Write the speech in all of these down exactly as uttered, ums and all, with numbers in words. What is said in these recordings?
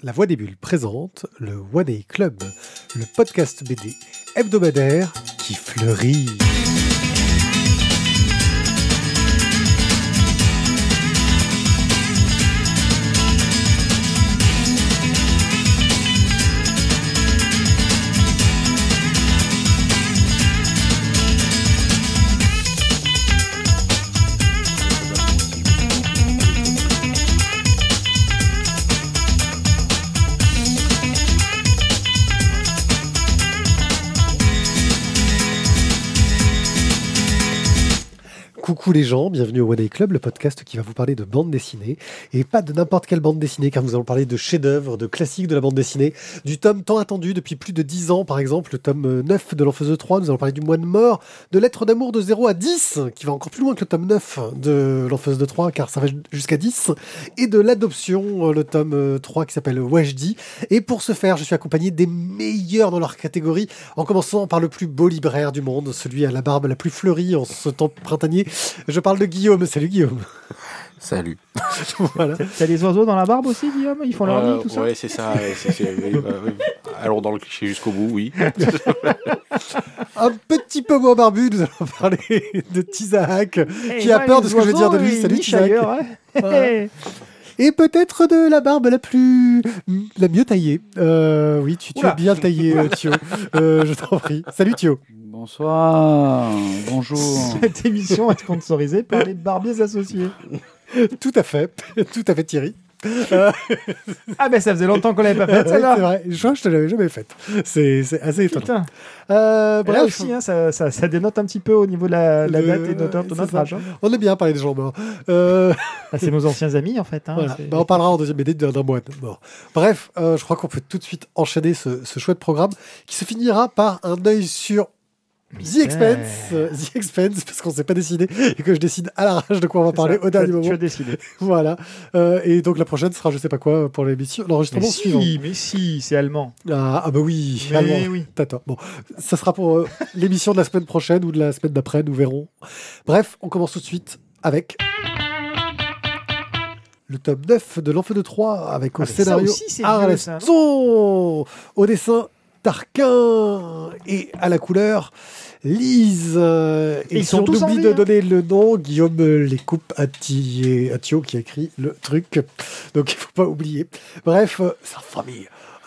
La Voix des Bulles présente le One Day Club, le podcast B D hebdomadaire qui fleurit. Coucou les gens, bienvenue au One Day Club, le podcast qui va vous parler de bande dessinée, et pas de n'importe quelle bande dessinée, car nous allons parler de chefs-d'œuvre, de classiques de la bande dessinée, du tome tant attendu depuis plus de dix ans, par exemple, le tome neuf de l'Enfeuse de Troie, nous allons parler du Moine Mort, de Lettres d'amour de zéro à dix, qui va encore plus loin que le tome neuf de l'Enfeuse de Troie, car ça va jusqu'à dix, et de l'Adoption, le tome trois qui s'appelle Wajdi, et pour ce faire, je suis accompagné des meilleurs dans leur catégorie, en commençant par le plus beau libraire du monde, celui à la barbe la plus fleurie en ce temps printanier. Je parle de Guillaume. Salut Guillaume. Salut. Voilà. T'as les oiseaux dans la barbe aussi, Guillaume? Ils font leur euh, nid, tout ça? Ouais, c'est ça. Ouais, c'est, c'est, euh, euh, allons dans le cliché jusqu'au bout, oui. Un petit peu moins barbu, nous allons parler de Tizahak, hey, qui a ouais, peur de ce que je vais dire de lui. Ils Salut nichent Tizahak. ailleurs, ouais. Ouais. Et peut-être de la barbe la plus... la mieux taillée. Euh, oui, tu, tu es bien taillé, euh, Thio. Euh, je t'en prie. Salut Thio. Bonsoir, bonjour. Cette émission est sponsorisée par les Barbiers Associés. Tout à fait, tout à fait Thierry. Euh... Ah ben ça faisait longtemps qu'on l'avait pas faite, ouais, celle-là. c'est vrai, je crois que je te l'avais jamais faite. C'est, c'est assez étonnant. Putain. Euh, Là aussi, hein, ça, ça, ça dénote un petit peu au niveau de la, la date et de notre, de notre âge. Hein. On aime bien parler des gens morts. Euh... Ah, c'est nos anciens amis, en fait. Hein, voilà. Bah, on parlera en deuxième B D d'un, d'un moine mort. Bref, euh, je crois qu'on peut tout de suite enchaîner ce, ce chouette programme qui se finira par un œil sur The Expanse, euh, The Expanse, parce qu'on ne s'est pas décidé et que je décide à l'arrache de quoi on va c'est parler ça, au dernier tu as, moment. Tu as décidé. Voilà. Euh, et donc la prochaine sera je sais pas quoi pour l'émission, l'enregistrement mais suivant. Si, mais si, c'est allemand. Ah, ah bah oui, mais allemand. Oui. T'attends. Bon, ça sera pour euh, l'émission de la semaine prochaine ou de la semaine d'après, nous verrons. Bref, on commence tout de suite avec le tome neuf de l'Enfeu de Troie avec au ah, scénario Arleston, au dessin Tarquin et à la couleur Lise. Et, et si on oublie de hein. donner le nom, Guillaume les coupe à Thio qui a écrit le truc. Donc il ne faut pas oublier. Bref, euh, c'est la famille.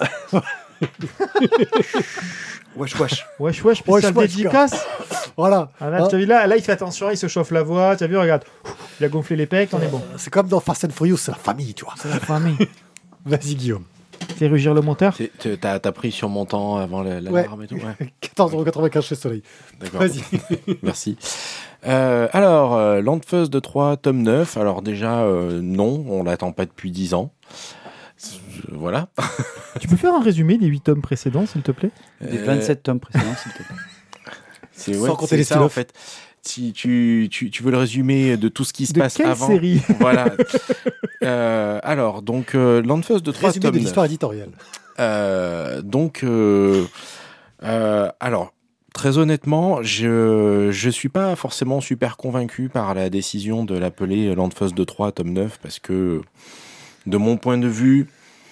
Wesh, wesh. Wesh, wesh, spécial dédicace. Voilà. Ah là, hein. Tu as vu, là, là, il fait attention, il se chauffe la voix. Tu as vu, regarde. Il a gonflé les pecs, on est bon. C'est comme dans Fast and Furious, c'est la famille, tu vois. C'est la famille. Vas-y, Guillaume. Fais rugir le monteur. C'est, t'as, t'as pris sur mon temps avant la, la ouais. larme et tout. Ouais. quatorze euros quatre-vingt-quinze chez Soleil. D'accord. Vas-y. Merci. Euh, alors, euh, l'Enfeuse de Troie, tome neuf. Alors déjà, euh, non, on l'attend pas depuis dix ans. Je, voilà. Tu peux faire un résumé des huit tomes précédents, s'il te plaît? Des vingt-sept tomes précédents, s'il te plaît. C'est, ouais, Sans compter les ça, en fait. Si tu, tu, tu veux le résumé de tout ce qui se de passe quelle avant. Série voilà. euh, alors, donc, euh, l'Enfeuse de Troie, résumé tome de l'histoire neuf. éditoriale. Euh, donc, euh, euh, alors, très honnêtement, je je suis pas forcément super convaincu par la décision de l'appeler l'Enfeuse de Troie, tome neuf, parce que, de mon point de vue,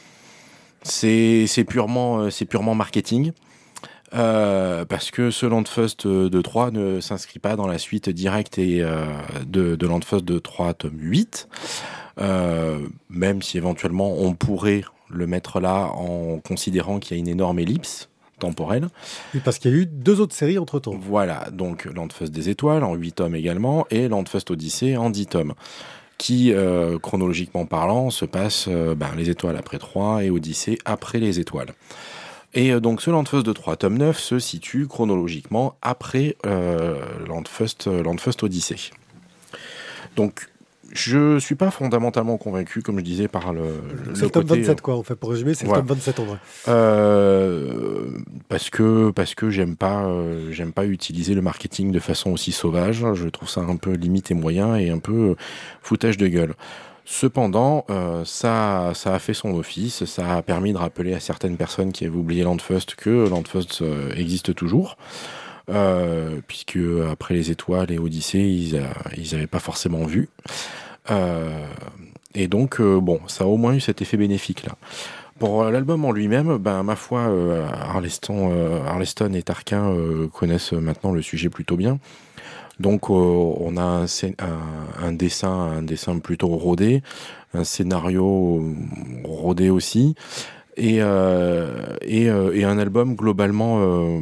c'est, c'est, purement, c'est purement marketing. Euh, parce que ce Landfeust de Troie ne s'inscrit pas dans la suite directe et, euh, de, de Landfeust de Troie tome huit, euh, même si éventuellement on pourrait le mettre là en considérant qu'il y a une énorme ellipse temporelle. Oui, parce qu'il y a eu deux autres séries entre-temps. Voilà, donc Landfeust des Étoiles en huit tomes également et Landfeust Odyssée en dix tomes, qui, euh, chronologiquement parlant, se passe euh, ben, les Étoiles après Troie et Odyssée après les Étoiles. Et donc ce Landfeust de Troie tome neuf se situe chronologiquement après euh, Landfeust, Landfeust Odyssée. Donc je suis pas fondamentalement convaincu, comme je disais, par le, c'est le, le tome côté, vingt-sept, quoi, en fait, pour résumer, c'est voilà. Le tome vingt-sept en vrai. Euh, parce que, parce que j'aime pas, euh, j'aime pas utiliser le marketing de façon aussi sauvage. Je trouve ça un peu limite et moyen et un peu foutage de gueule. Cependant, euh, ça, ça a fait son office, ça a permis de rappeler à certaines personnes qui avaient oublié Landfeust que Landfeust euh, existe toujours, euh, puisque après les Étoiles et Odyssée, ils n'avaient pas forcément vu. Euh, et donc, euh, bon, ça a au moins eu cet effet bénéfique-là. Pour l'album en lui-même, ben, ma foi, euh, Arleston, euh, Arleston et Tarquin euh, connaissent maintenant le sujet plutôt bien. Donc euh, on a un, un, un dessin, un dessin plutôt rodé, un scénario rodé aussi, et euh, et, euh, et un album globalement. Euh...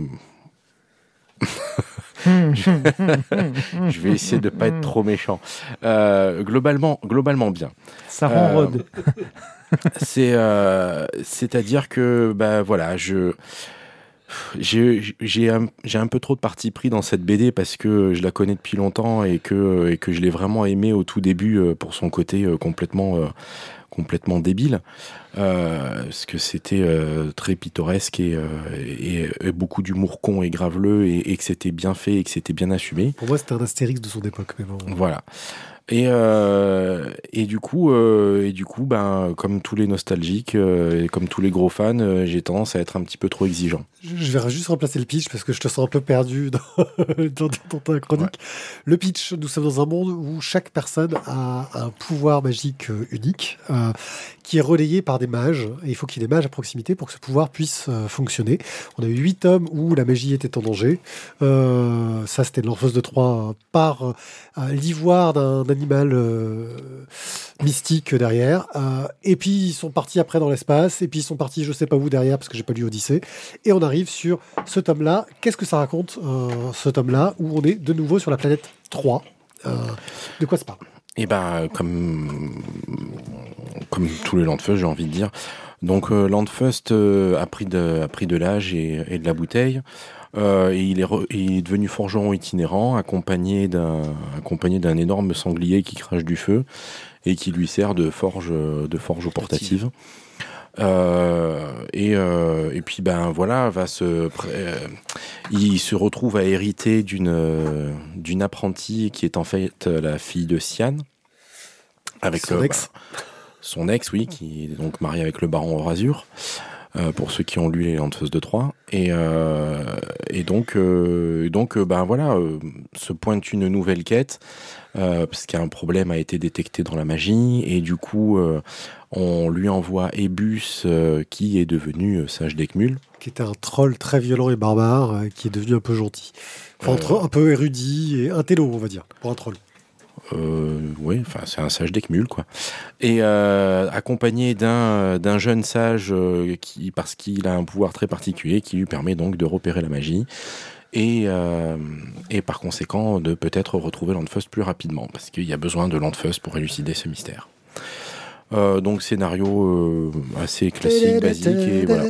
je... je vais essayer de pas être trop méchant. Euh, globalement, globalement bien. Ça ronrode. Euh... C'est, euh, c'est-à-dire que, bah voilà, je, j'ai, j'ai, un, j'ai un peu trop de parti pris dans cette B D parce que je la connais depuis longtemps et que, et que je l'ai vraiment aimée au tout début pour son côté complètement, euh, complètement débile, euh, parce que c'était euh, très pittoresque et, euh, et, et beaucoup d'humour con et graveleux et, et que c'était bien fait et que c'était bien assumé. Pour moi, c'était un Astérix de son époque, mais bon. Voilà. Et, euh, et du coup, euh, et du coup ben, comme tous les nostalgiques euh, et comme tous les gros fans, euh, j'ai tendance à être un petit peu trop exigeant. Je vais juste remplacer le pitch parce que je te sens un peu perdu dans, dans, dans ta chronique. Ouais. Le pitch, nous sommes dans un monde où chaque personne a un pouvoir magique euh, unique euh, qui est relayé par des mages. Et il faut qu'il y ait des mages à proximité pour que ce pouvoir puisse euh, fonctionner. On a eu huit tomes où la magie était en danger. Euh, ça, c'était de l'Orpheus de Troie par euh, l'ivoire d'un animal euh, mystique derrière. Euh, et puis, ils sont partis après dans l'espace. Et puis, ils sont partis je sais pas où derrière parce que j'ai pas lu Odyssée. Et on arrive sur ce tome-là. Qu'est-ce que ça raconte, euh, ce tome-là, où on est de nouveau sur la planète trois. Euh, de quoi ça parle ? Eh ben, comme, comme tous les Landfeust, j'ai envie de dire. Donc, euh, Landfeust euh, a pris de, a pris de l'âge et, et de la bouteille. Euh, et il est, re, il est devenu forgeron itinérant, accompagné d'un, accompagné d'un énorme sanglier qui crache du feu et qui lui sert de forge, de forge portative. Euh, et, euh, et puis ben voilà, va se, euh, il se retrouve à hériter d'une euh, d'une apprentie qui est en fait la fille de Sian, avec son le, ex, bah, son ex, oui, qui est donc marié avec le baron Orasur. Euh, pour ceux qui ont lu les Landfeust de Troie, et euh, et donc euh, donc euh, ben voilà, euh, se pointe une nouvelle quête euh, parce qu'un problème a été détecté dans la magie et du coup euh, on lui envoie Ebus euh, qui est devenu euh, sage d'Ekmul, qui était un troll très violent et barbare euh, qui est devenu un peu gentil, enfin euh... un peu érudit et intello on va dire pour un troll. Euh, oui, enfin c'est un sage d'Ekmul quoi. Et euh, accompagné d'un d'un jeune sage euh, qui parce qu'il a un pouvoir très particulier qui lui permet donc de repérer la magie et euh, et par conséquent de peut-être retrouver Landfeust plus rapidement parce qu'il y a besoin de Landfeust pour élucider ce mystère. Euh, donc scénario euh, assez classique, basique et voilà.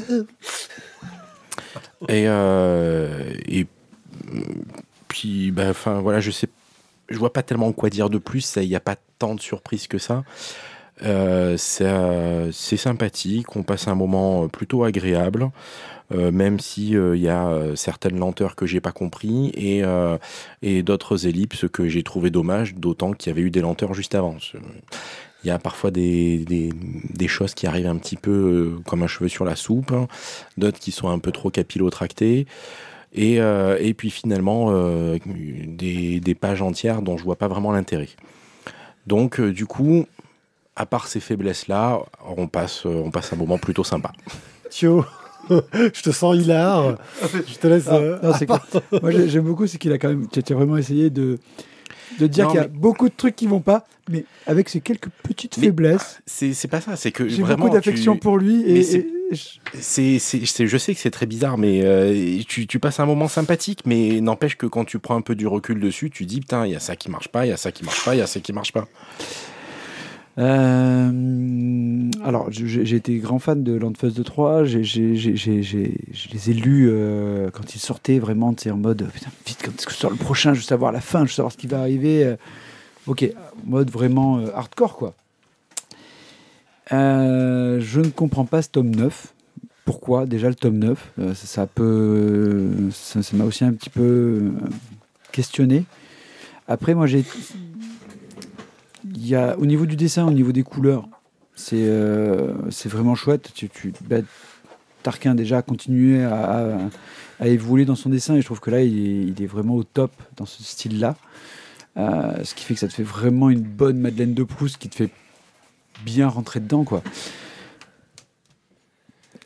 Et euh, et puis bah enfin voilà, je sais Je vois pas tellement quoi dire de plus, il n'y a pas tant de surprises que ça. Euh, c'est, euh, c'est sympathique, on passe un moment plutôt agréable, euh, même s'il euh, y a euh, certaines lenteurs que j'ai pas compris et, euh, et d'autres ellipses que j'ai trouvé dommages, d'autant qu'il y avait eu des lenteurs juste avant. Il y a parfois des, des, des choses qui arrivent un petit peu euh, comme un cheveu sur la soupe, hein, d'autres qui sont un peu trop capillotractées. Et, euh, et puis finalement, euh, des, des pages entières dont je vois pas vraiment l'intérêt. Donc, euh, du coup, à part ces faiblesses-là, on passe, on passe un moment plutôt sympa. Thio, je te sens hilar. Je te laisse. Ah, euh, non, c'est que, moi, j'aime beaucoup, c'est qu'il a quand même, tu as vraiment essayé de, de dire non, qu'il y a mais... beaucoup de trucs qui vont pas, mais avec ces quelques petites mais faiblesses. C'est, c'est pas ça, c'est que j'ai vraiment. Beaucoup d'affection tu... pour lui et. C'est... Et je... C'est, c'est, c'est, je sais que c'est très bizarre, mais euh, tu, tu passes un moment sympathique, mais n'empêche que quand tu prends un peu du recul dessus, tu dis putain, il y a ça qui marche pas, il y a ça qui marche pas, il y a ça qui marche pas. Euh, alors, j'ai, j'ai été grand fan de Landfeust de Troie. J'ai, j'ai, j'ai, j'ai, j'ai, je les ai lus euh, quand ils sortaient vraiment, tu sais, en mode putain, vite, quand est-ce que sort le prochain, je veux savoir la fin, je veux savoir ce qui va arriver. Euh, ok, mode vraiment euh, hardcore, quoi. Euh, je ne comprends pas ce tome neuf. Pourquoi déjà le tome neuf euh, ça, ça, peut, ça, ça m'a aussi un petit peu euh, questionné. Après, moi, j'ai. Il y a, au niveau du dessin, au niveau des couleurs, c'est, euh, c'est vraiment chouette. Tu, tu, bah, Tarquin déjà a continué à, à, à évoluer dans son dessin et je trouve que là, il est, il est vraiment au top dans ce style-là. Euh, ce qui fait que ça te fait vraiment une bonne Madeleine de Proust qui te fait bien rentrer dedans, quoi.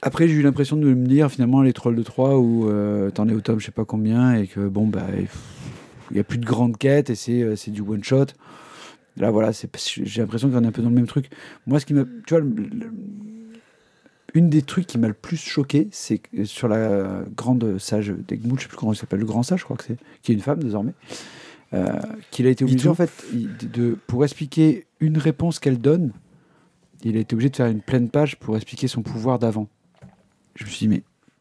Après, j'ai eu l'impression de me dire, finalement, les Trolls de Troie, où euh, t'en es au tome je sais pas combien, et que, bon, bah, il n'y a plus de grandes quêtes, et c'est, euh, c'est du one-shot. Là, voilà, c'est, j'ai l'impression qu'on est un peu dans le même truc. Moi, ce qui m'a... Tu vois, le, le, une des trucs qui m'a le plus choqué, c'est que sur la grande sage d'Egmont, je sais plus comment il s'appelle, le grand sage, je crois que c'est, qui est une femme, désormais, euh, qu'il a été obligé, en fait, de, de, pour expliquer une réponse qu'elle donne, il a été obligé de faire une pleine page pour expliquer son pouvoir d'avant. Je me suis dit, mais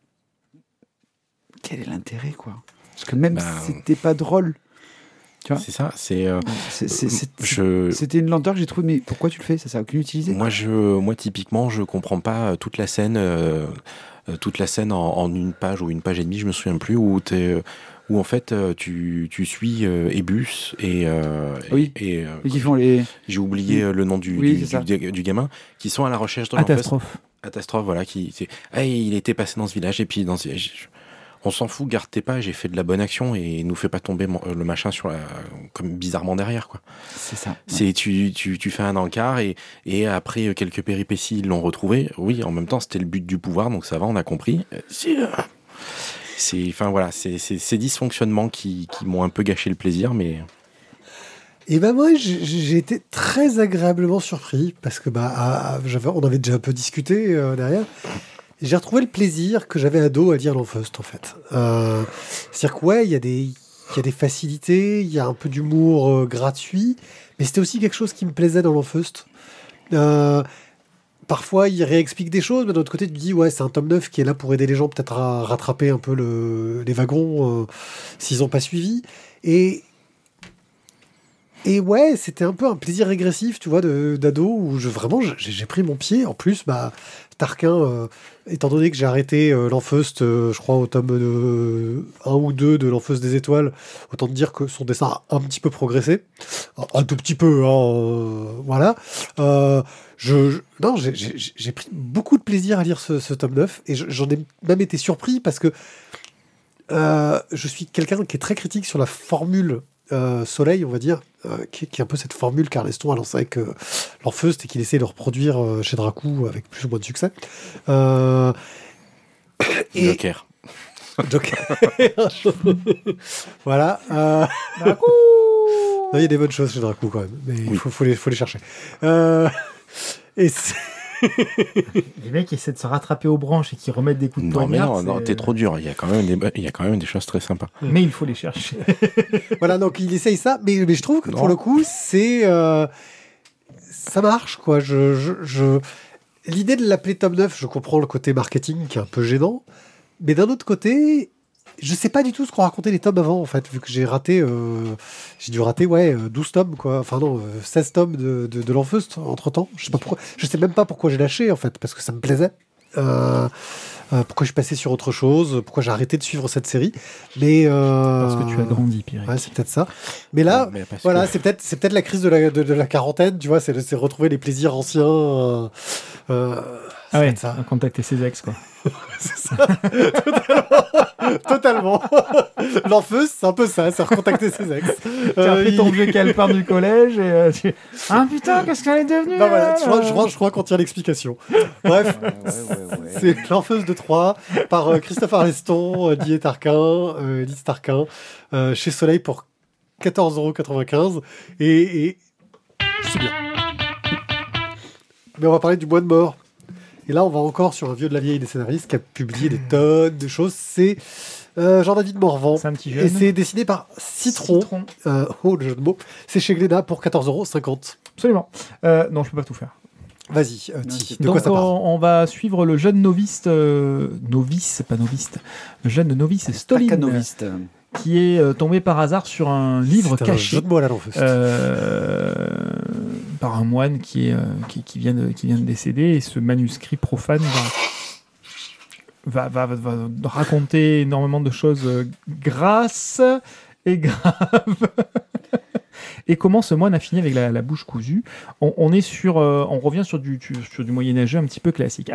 quel est l'intérêt, quoi? Parce que même bah, si c'était pas drôle, tu vois, c'est ça, c'est, euh, c'est, c'est, c'est, je... c'était une lenteur que j'ai trouvée, mais pourquoi tu le fais? Ça sert à aucune utilité. Moi, je, moi, typiquement, je comprends pas toute la scène, euh, toute la scène en, en une page ou une page et demie, je me souviens plus, où t'es... où en fait tu, tu suis euh, Ebus et, euh, oui. et, et, euh, et qui font les... j'ai oublié oui. le nom du, oui, du, du, du gamin, qui sont à la recherche de Catastrophe. Catastrophe, voilà, qui c'est, hey, il était passé dans ce village et puis dans ce, on s'en fout, garde tes pages, j'ai fait de la bonne action et nous fait pas tomber le machin sur la, comme bizarrement derrière, quoi. C'est ça. Ouais. C'est tu, tu, tu fais un encart et, et après quelques péripéties ils l'ont retrouvé. Oui, en même temps c'était le but du pouvoir, donc ça va, on a compris. C'est, c'est, enfin voilà, c'est, c'est ces dysfonctionnements qui, qui m'ont un peu gâché le plaisir, mais. Et ben moi, j'ai, j'ai été très agréablement surpris parce que bah, à, j'avais, on avait déjà un peu discuté euh, derrière. Et j'ai retrouvé le plaisir que j'avais ado à lire l'Enfeust, en fait. Euh, c'est-à-dire que ouais, il y a des, il y a des facilités, il y a un peu d'humour euh, gratuit, mais c'était aussi quelque chose qui me plaisait dans l'Enfeust. Euh, parfois, il réexplique des choses, mais d'un autre côté, tu te dis ouais, c'est un tome neuf qui est là pour aider les gens peut-être à rattraper un peu le, les wagons euh, s'ils n'ont pas suivi. Et Et ouais, c'était un peu un plaisir régressif, tu vois, de, d'ado, où je, vraiment, j'ai, j'ai pris mon pied. En plus, bah, Tarquin, euh, étant donné que j'ai arrêté euh, l'Enfeust, euh, je crois, au tome de, un ou deux de l'Enfeust des étoiles, autant te dire que son dessin a un petit peu progressé. Un, un tout petit peu, hein, euh, voilà. Euh, je, je, non, j'ai, j'ai, j'ai pris beaucoup de plaisir à lire ce, ce tome neuf, et je, j'en ai même été surpris, parce que euh, je suis quelqu'un qui est très critique sur la formule Euh, Soleil, on va dire, euh, qui, qui est un peu cette formule qu'Arleston a lancée avec euh, l'Enfeust et qu'il essaie de reproduire euh, chez Dracou avec plus ou moins de succès. Euh, et... Joker. Joker. Voilà. Euh... Dracou. Il y a des bonnes choses chez Dracou quand même, mais il oui. faut, faut, les, faut les chercher. Euh... Et c'est... Les mecs essaient de se rattraper aux branches et qui remettent des coups de non, poignard. Non, non, t'es trop dur. Il y a quand même des, il y a quand même des choses très sympas. Mais il faut les chercher. Voilà, donc il essaye ça, mais, mais je trouve que non. Pour le coup, c'est euh, ça marche, quoi. Je, je, je... L'idée de l'appeler tome neuf, je comprends le côté marketing qui est un peu gênant, mais d'un autre côté, je sais pas du tout ce qu'ont raconté les tomes avant, en fait, vu que j'ai raté, euh, j'ai dû rater, ouais, douze tomes, quoi. Enfin non, seize tomes de, de, de l'Enfeust, entre-temps. Je sais pas pourquoi, je sais même pas pourquoi j'ai lâché, en fait, parce que ça me plaisait. Euh, euh, pourquoi je suis passé sur autre chose, pourquoi j'ai arrêté de suivre cette série. Mais euh, parce que tu as grandi, Pierre. Ouais, c'est peut-être ça. Mais là, ouais, mais voilà, que... c'est peut-être, c'est peut-être la crise de la, de, de la quarantaine, tu vois, c'est, c'est retrouver les plaisirs anciens. Euh, euh, ah ouais, ça. Contacter ses ex, quoi. C'est ça. Totalement. Totalement. L'Enfeust, c'est un peu ça, c'est recontacter ses ex. Tu as fait ton vieux calepin du collège et euh, tu... Ah putain, qu'est-ce qu'elle est devenue non, voilà, je, crois, je, crois, je crois qu'on tire l'explication. Bref, ouais, ouais, ouais, ouais. C'est l'Enfeust de Troie par euh, Christophe Arleston, euh, Didier Tarquin, euh, Elise Tarquin, euh, chez Soleil pour quatorze euros quatre-vingt-quinze. Et, et c'est bien. Mais on va parler du Bois de Mort. Et là, on va encore sur un vieux de la vieille des scénaristes qui a publié des tonnes de choses. C'est euh, Jean-David Morvan. C'est un petit jeune. Et c'est dessiné par Citron. Citron. Euh, oh, le jeu de mots. C'est chez Glénat pour quatorze euros cinquante. Absolument. Euh, non, je peux pas tout faire. Vas-y, euh, Ti, de Donc quoi ça parle ? on, on va suivre le jeune novice, euh, novice, pas noviste, le jeune novice Stoline, noviste. qui est euh, tombé par hasard sur un livre c'est caché. Un jeu de mots à l'Enfeust. Euh, par un moine qui, est, euh, qui, qui, vient de, qui vient de décéder, et ce manuscrit profane va, va, va, va raconter énormément de choses grasses et graves. Et comment ce moine a fini avec la, la bouche cousue. On, on est sur, euh, on revient sur du, sur du moyenâgeux un petit peu classique. Alors,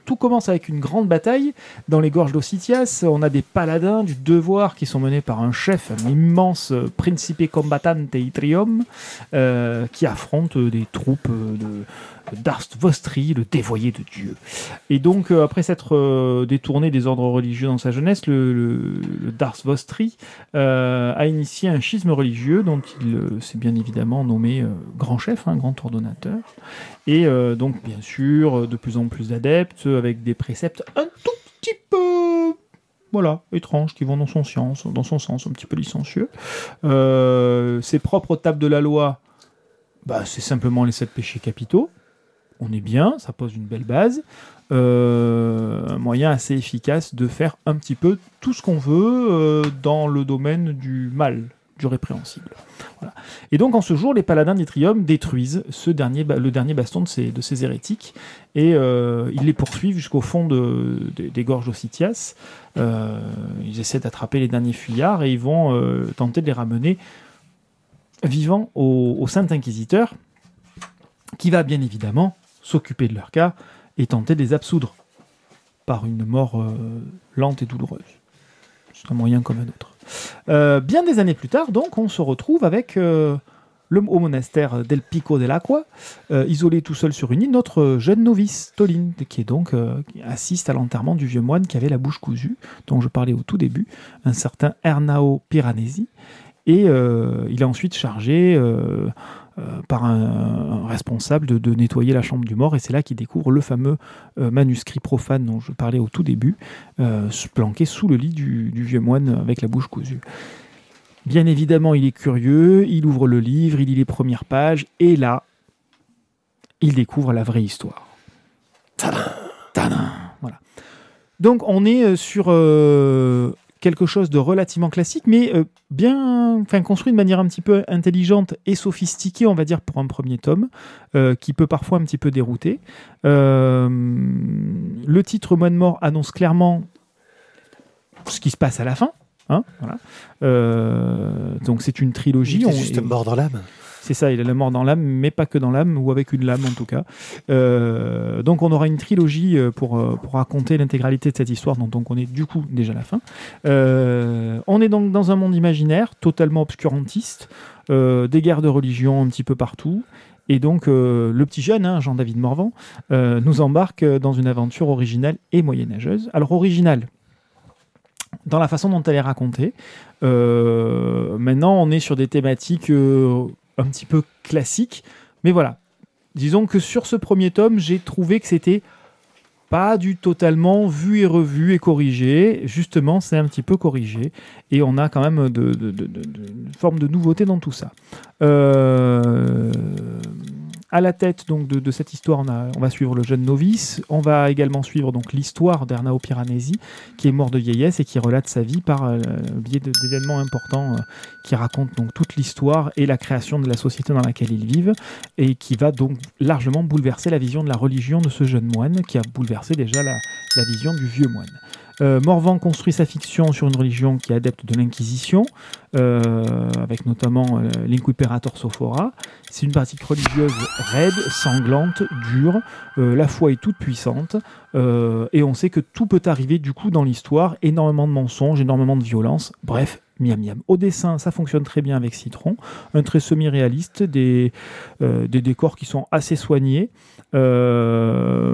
tout commence avec une grande bataille dans les gorges d'Ossitias. On a des paladins du devoir qui sont menés par un chef, un immense principe combattante Itrium, euh, qui affronte des troupes de Darst Vostri, le dévoyé de Dieu. Et donc, euh, après s'être euh, détourné des ordres religieux dans sa jeunesse, le, le, le Darst Vostri euh, a initié un schisme religieux dont il euh, s'est bien évidemment nommé euh, grand chef, hein, grand ordonnateur. Et euh, donc, bien sûr, de plus en plus d'adeptes, avec des préceptes un tout petit peu... Voilà, étranges, qui vont dans son sens, dans son sens, un petit peu licencieux. Euh, ses propres tables de la loi, bah, c'est simplement les sept péchés capitaux. On est bien, ça pose une belle base. Euh, un moyen assez efficace de faire un petit peu tout ce qu'on veut euh, dans le domaine du mal, du répréhensible. Voilà. Et donc, en ce jour, les paladins d'Itrium détruisent ce dernier, le dernier baston de ces, de ces hérétiques et euh, ils les poursuivent jusqu'au fond de, de, des gorges d'Ossitias. Euh, ils essaient d'attraper les derniers fuyards et ils vont euh, tenter de les ramener vivants au, au Saint Inquisiteur, qui va bien évidemment s'occuper de leur cas et tenter de les absoudre par une mort euh, lente et douloureuse. C'est un moyen comme un autre. Euh, bien des années plus tard, donc, on se retrouve avec euh, le, au monastère del Pico dell'Acqua, euh, isolé tout seul sur une île, notre jeune novice, Toline, qui est donc euh, qui assiste à l'enterrement du vieux moine qui avait la bouche cousue, dont je parlais au tout début, un certain Ernao Piranesi. Et euh, il est ensuite chargé euh, euh, par un, un responsable de, de nettoyer la chambre du mort, et c'est là qu'il découvre le fameux euh, manuscrit profane dont je parlais au tout début, euh, planqué sous le lit du, du vieux moine avec la bouche cousue. Bien évidemment, il est curieux, il ouvre le livre, il lit les premières pages, et là, il découvre la vraie histoire. Tadam, tadam, voilà. Donc, on est sur... Euh, quelque chose de relativement classique, mais euh, bien, enfin construit de manière un petit peu intelligente et sophistiquée, on va dire, pour un premier tome, euh, qui peut parfois un petit peu dérouter. Euh, le titre Moine mort annonce clairement ce qui se passe à la fin. Hein, voilà. euh, donc c'est une trilogie. Il est on, juste et, mort dans l'âme. C'est ça, il a la mort dans l'âme, mais pas que dans l'âme, ou avec une lame en tout cas. Euh, donc on aura une trilogie pour, pour raconter l'intégralité de cette histoire, dont on connaît du coup déjà la fin. Euh, on est donc dans un monde imaginaire, totalement obscurantiste, euh, des guerres de religion un petit peu partout. Et donc euh, le petit jeune, hein, Jean-David Morvan, euh, nous embarque dans une aventure originale et moyenâgeuse. Alors originale, dans la façon dont elle est racontée. Euh, maintenant, on est sur des thématiques... Euh, un petit peu classique, mais voilà. Disons que sur ce premier tome, j'ai trouvé que c'était pas du totalement vu et revu et corrigé. Justement, c'est un petit peu corrigé, et on a quand même de, de, de, de, de, une forme de nouveauté dans tout ça. Euh... À la tête donc de, de cette histoire, on, a, on va suivre le jeune novice. On va également suivre donc l'histoire d'Ernao Piranesi, qui est mort de vieillesse et qui relate sa vie par euh, le biais de, d'événements importants euh, qui racontent donc toute l'histoire et la création de la société dans laquelle ils vivent, et qui va donc largement bouleverser la vision de la religion de ce jeune moine, qui a bouleversé déjà la, la vision du vieux moine. Euh, Morvan construit sa fiction sur une religion qui est adepte de l'Inquisition, euh, avec notamment euh, l'Inquiperator Sophora. C'est une pratique religieuse raide, sanglante, dure. Euh, la foi est toute puissante, euh, et on sait que tout peut arriver du coup dans l'histoire. Énormément de mensonges, énormément de violence. Bref, miam miam. Au dessin, ça fonctionne très bien avec Citron. Un trait semi-réaliste, des, euh, des décors qui sont assez soignés euh,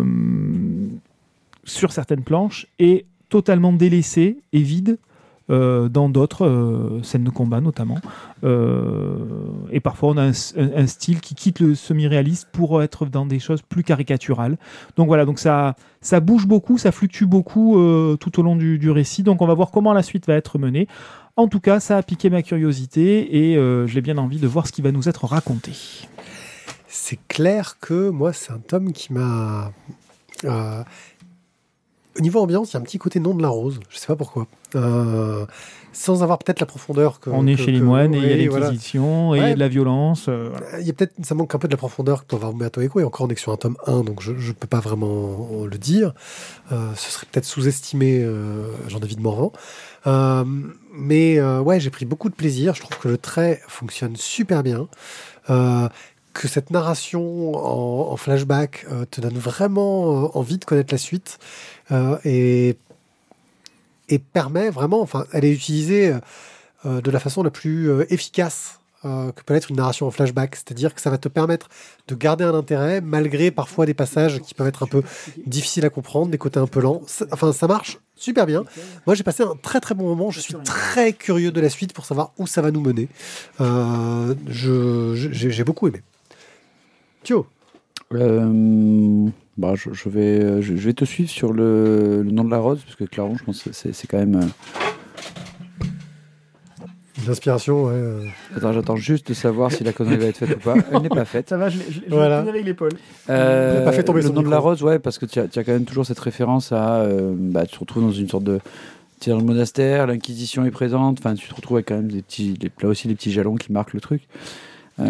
sur certaines planches, et totalement délaissé et vide euh, dans d'autres euh, scènes de combat notamment. Euh, et parfois on a un, un, un style qui quitte le semi-réaliste pour être dans des choses plus caricaturales. Donc voilà, donc ça, ça bouge beaucoup, ça fluctue beaucoup euh, tout au long du, du récit. Donc on va voir comment la suite va être menée. En tout cas, ça a piqué ma curiosité, et euh, j'ai bien envie de voir ce qui va nous être raconté. C'est clair que moi, c'est un tome qui m'a... Euh, Au niveau ambiance, il y a un petit côté nom de la rose, je ne sais pas pourquoi. Euh, sans avoir peut-être la profondeur que... On est que, chez les que, moines, oui, et il y a l'Inquisition, voilà. et il Ouais. y a de la violence. Euh, voilà. Il y a peut-être, ça manque un peu de la profondeur que peut avoir Umberto Eco, et encore on est que sur un tome un, donc je ne peux pas vraiment le dire. Euh, ce serait peut-être sous-estimé euh, Jean-David Morvan. Euh, mais euh, ouais, j'ai pris beaucoup de plaisir, je trouve que le trait fonctionne super bien. Euh, que cette narration en, en flashback euh, te donne vraiment euh, envie de connaître la suite euh, et, et permet vraiment, enfin, elle est utilisée euh, de la façon la plus euh, efficace euh, que peut être une narration en flashback, c'est-à-dire que ça va te permettre de garder un intérêt malgré parfois des passages qui peuvent être un peu difficiles à comprendre, des côtés un peu lents. Ça, enfin, ça marche super bien. Moi, j'ai passé un très très bon moment. Je suis très curieux de la suite pour savoir où ça va nous mener. Euh, je, j'ai, j'ai beaucoup aimé. Thio. Euh, bah, je, je, vais, je, je vais te suivre sur le, le nom de la rose, parce que clairement, je pense que c'est, c'est quand même... Euh... L'inspiration, ouais. Euh... Attends, j'attends juste de savoir si la connerie va être faite ou pas. Elle n'est pas faite. Ça va, je, je, je voilà. vais avec l'épaule. Euh, pas fait tomber le son nom de micro. la rose, ouais, parce que tu as, as quand même toujours cette référence à... Euh, bah, tu te retrouves dans une sorte de... Tu es dans le monastère, l'Inquisition est présente, enfin, tu te retrouves avec quand même des petits... Les, là aussi, les petits jalons qui marquent le truc. Euh,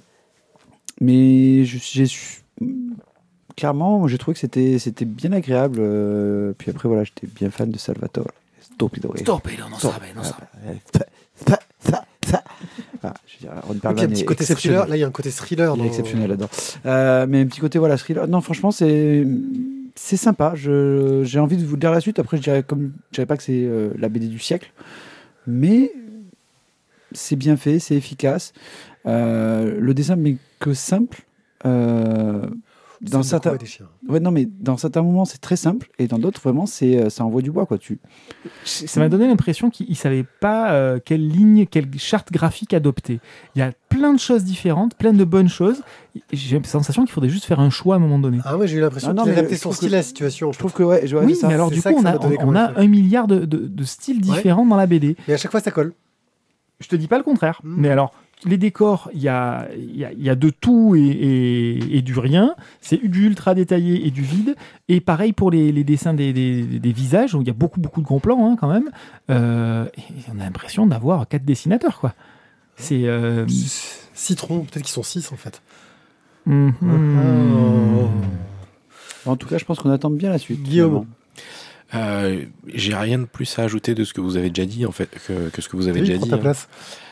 mais je, j'ai... Clairement, moi, j'ai trouvé que c'était, c'était bien agréable. Euh, puis après, voilà, j'étais bien fan de Salvatore. Stupido. Stupido, non savait, non savait. Ah, je veux dire, Ron Okay, Perlman un petit est côté exceptionnel. thriller. Là, il y a un côté thriller. Il est dans... exceptionnel là-dedans. Euh, mais un petit côté, voilà, thriller. Non, franchement, c'est, c'est sympa. Je, j'ai envie de vous dire la suite. Après, je dirais, comme, je dirais pas que c'est euh, la B D du siècle, mais c'est bien fait, c'est efficace. Euh, le dessin n'est que simple. Euh, dans certains, ouais, non, mais dans certains moments, c'est très simple, et dans d'autres, vraiment, c'est, ça envoie du bois, quoi. Tu... Ça m'a donné l'impression qu'ils ne savaient pas euh, quelle ligne, quelle charte graphique adopter. Il y a plein de choses différentes, plein de bonnes choses. J'ai la sensation qu'il faudrait juste faire un choix à un moment donné. Ah ouais, j'ai eu l'impression ah qu'il adaptait son style que, à la situation. Je trouve que, ouais, ouais oui, ça, mais alors du coup, on a, on, on a un milliard de, de, de styles différents ouais. dans la B D. Et à chaque fois, ça colle. Je te dis pas le contraire, mmh. mais alors... Les décors, il y a, y, a, y a de tout et, et, et du rien. C'est du ultra détaillé et du vide. Et pareil pour les, les dessins des, des, des visages, où il y a beaucoup, beaucoup de gros plans hein, quand même. Euh, et on a l'impression d'avoir quatre dessinateurs, quoi. C'est... Euh... Citron, peut-être qu'ils sont six, en fait. Mmh. Oh. En tout cas, je pense qu'on attend bien la suite. Guillaume. Euh, j'ai rien de plus à ajouter de ce que vous avez déjà dit en fait que, que ce que vous avez oui, déjà prends dit. Ta hein. place.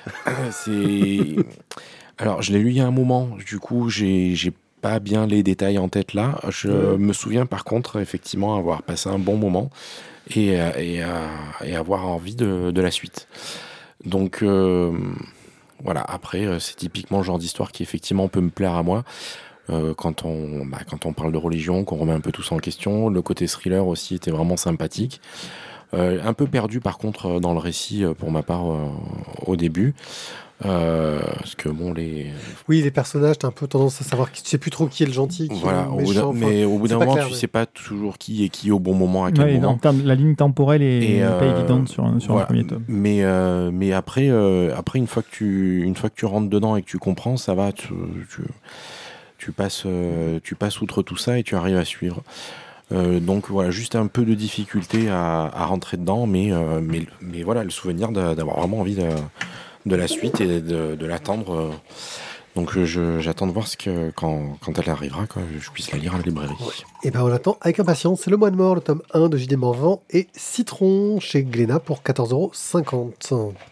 C'est alors je l'ai lu il y a un moment. Du coup, j'ai j'ai pas bien les détails en tête là. Je ouais. me souviens par contre effectivement avoir passé un bon moment et et, et, et avoir envie de, de la suite. Donc euh, voilà. Après, c'est typiquement le genre d'histoire qui effectivement peut me plaire à moi. Euh, quand on bah, quand on parle de religion, qu'on remet un peu tout ça en question. Le côté thriller aussi était vraiment sympathique. Euh, un peu perdu par contre dans le récit pour ma part euh, au début. Euh, parce que bon les oui les personnages t'as un peu tendance à savoir qui tu sais plus trop qui est le gentil qui voilà, est le au méchant, bout mais au bout d'un moment clair, tu mais... sais pas toujours qui est qui au bon moment à quel ouais, moment non, la ligne temporelle est et pas euh, évidente sur, sur voilà. le premier tome mais euh, mais après euh, après une fois que tu une fois que tu rentres dedans et que tu comprends ça va tu, tu tu passes euh, tu passes outre tout ça et tu arrives à suivre. Euh, donc voilà, juste un peu de difficulté à, à rentrer dedans, mais, euh, mais, mais voilà, le souvenir de, d'avoir vraiment envie de, de la suite et de, de l'attendre. Donc je, j'attends de voir ce que, quand, quand elle arrivera, que je puisse la lire à la librairie. Ouais. Et ben on attend avec impatience. C'est Le Mois de Mort, le tome un de J D Morvan et Citron chez Glénat pour quatorze euros cinquante.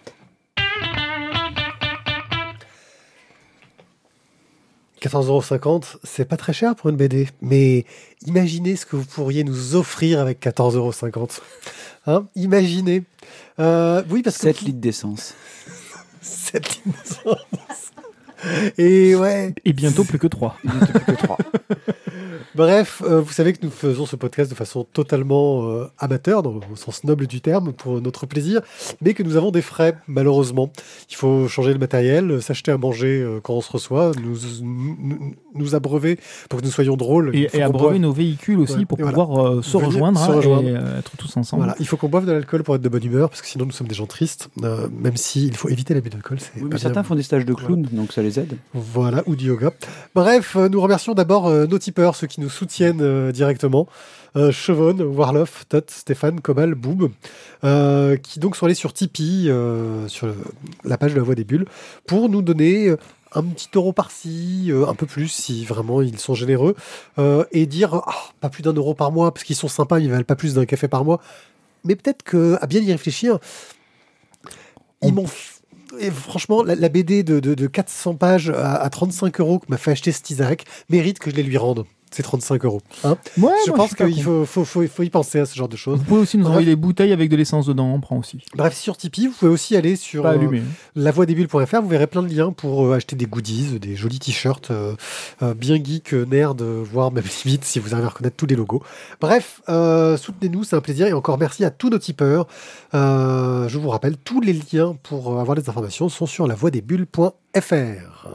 quatorze euros cinquante, c'est pas très cher pour une B D, mais imaginez ce que vous pourriez nous offrir avec quatorze euros cinquante. Hein, imaginez. Euh, oui, parce que sept litres d'essence. sept litres d'essence. Et ouais. Et bientôt plus que trois. Bientôt plus que trois. Bref, euh, vous savez que nous faisons ce podcast de façon totalement euh, amateur, dans, au sens noble du terme, pour notre plaisir, mais que nous avons des frais, malheureusement. Il faut changer le matériel, s'acheter à manger euh, quand on se reçoit, nous, nous, nous abreuver pour que nous soyons drôles. Et, et abreuver boive... nos véhicules aussi ouais, pour pouvoir voilà. euh, se, rejoindre, se rejoindre et euh, être tous ensemble. Voilà. Il faut qu'on boive de l'alcool pour être de bonne humeur, parce que sinon nous sommes des gens tristes, euh, même s'il faut éviter l'abus d'alcool. C'est oui, pas mais certains bien. font des stages de clown, voilà. donc ça les aide. Voilà, ou du yoga. Bref, euh, nous remercions d'abord euh, nos tipeurs, ceux qui nous soutiennent euh, directement. Euh, Chevonne, Warloff, Tot, Stéphane, Cobal, Boob, euh, qui donc sont allés sur Tipeee, euh, sur le, la page de la Voix des Bulles, pour nous donner un petit euro par-ci, euh, un peu plus si vraiment ils sont généreux, euh, et dire ah, pas plus d'un euro par mois, parce qu'ils sont sympas, ils valent pas plus d'un café par mois. Mais peut-être qu'à bien y réfléchir, ils m'ont... et franchement, la, la B D de, de, de quatre cents pages à, à trente-cinq euros que m'a fait acheter cet Isaac mérite que je les lui rende. C'est trente-cinq euros. Hein Ouais, je moi, pense suis pas qu'il faut, faut, faut, faut y penser à ce genre de choses. Vous pouvez aussi nous Bref. envoyer des bouteilles avec de l'essence dedans, on prend aussi. Bref, sur Tipeee, vous pouvez aussi aller sur Pas euh, allumé. hein. la voix des bulles point f r. Vous verrez plein de liens pour euh, acheter des goodies, des jolis t-shirts euh, euh, bien geek, euh, nerd, euh, voire même limite si vous arrivez à reconnaître tous les logos. Bref, euh, soutenez-nous, c'est un plaisir. Et encore merci à tous nos tipeurs. Euh, je vous rappelle, tous les liens pour euh, avoir des informations sont sur la voix des bulles point f r.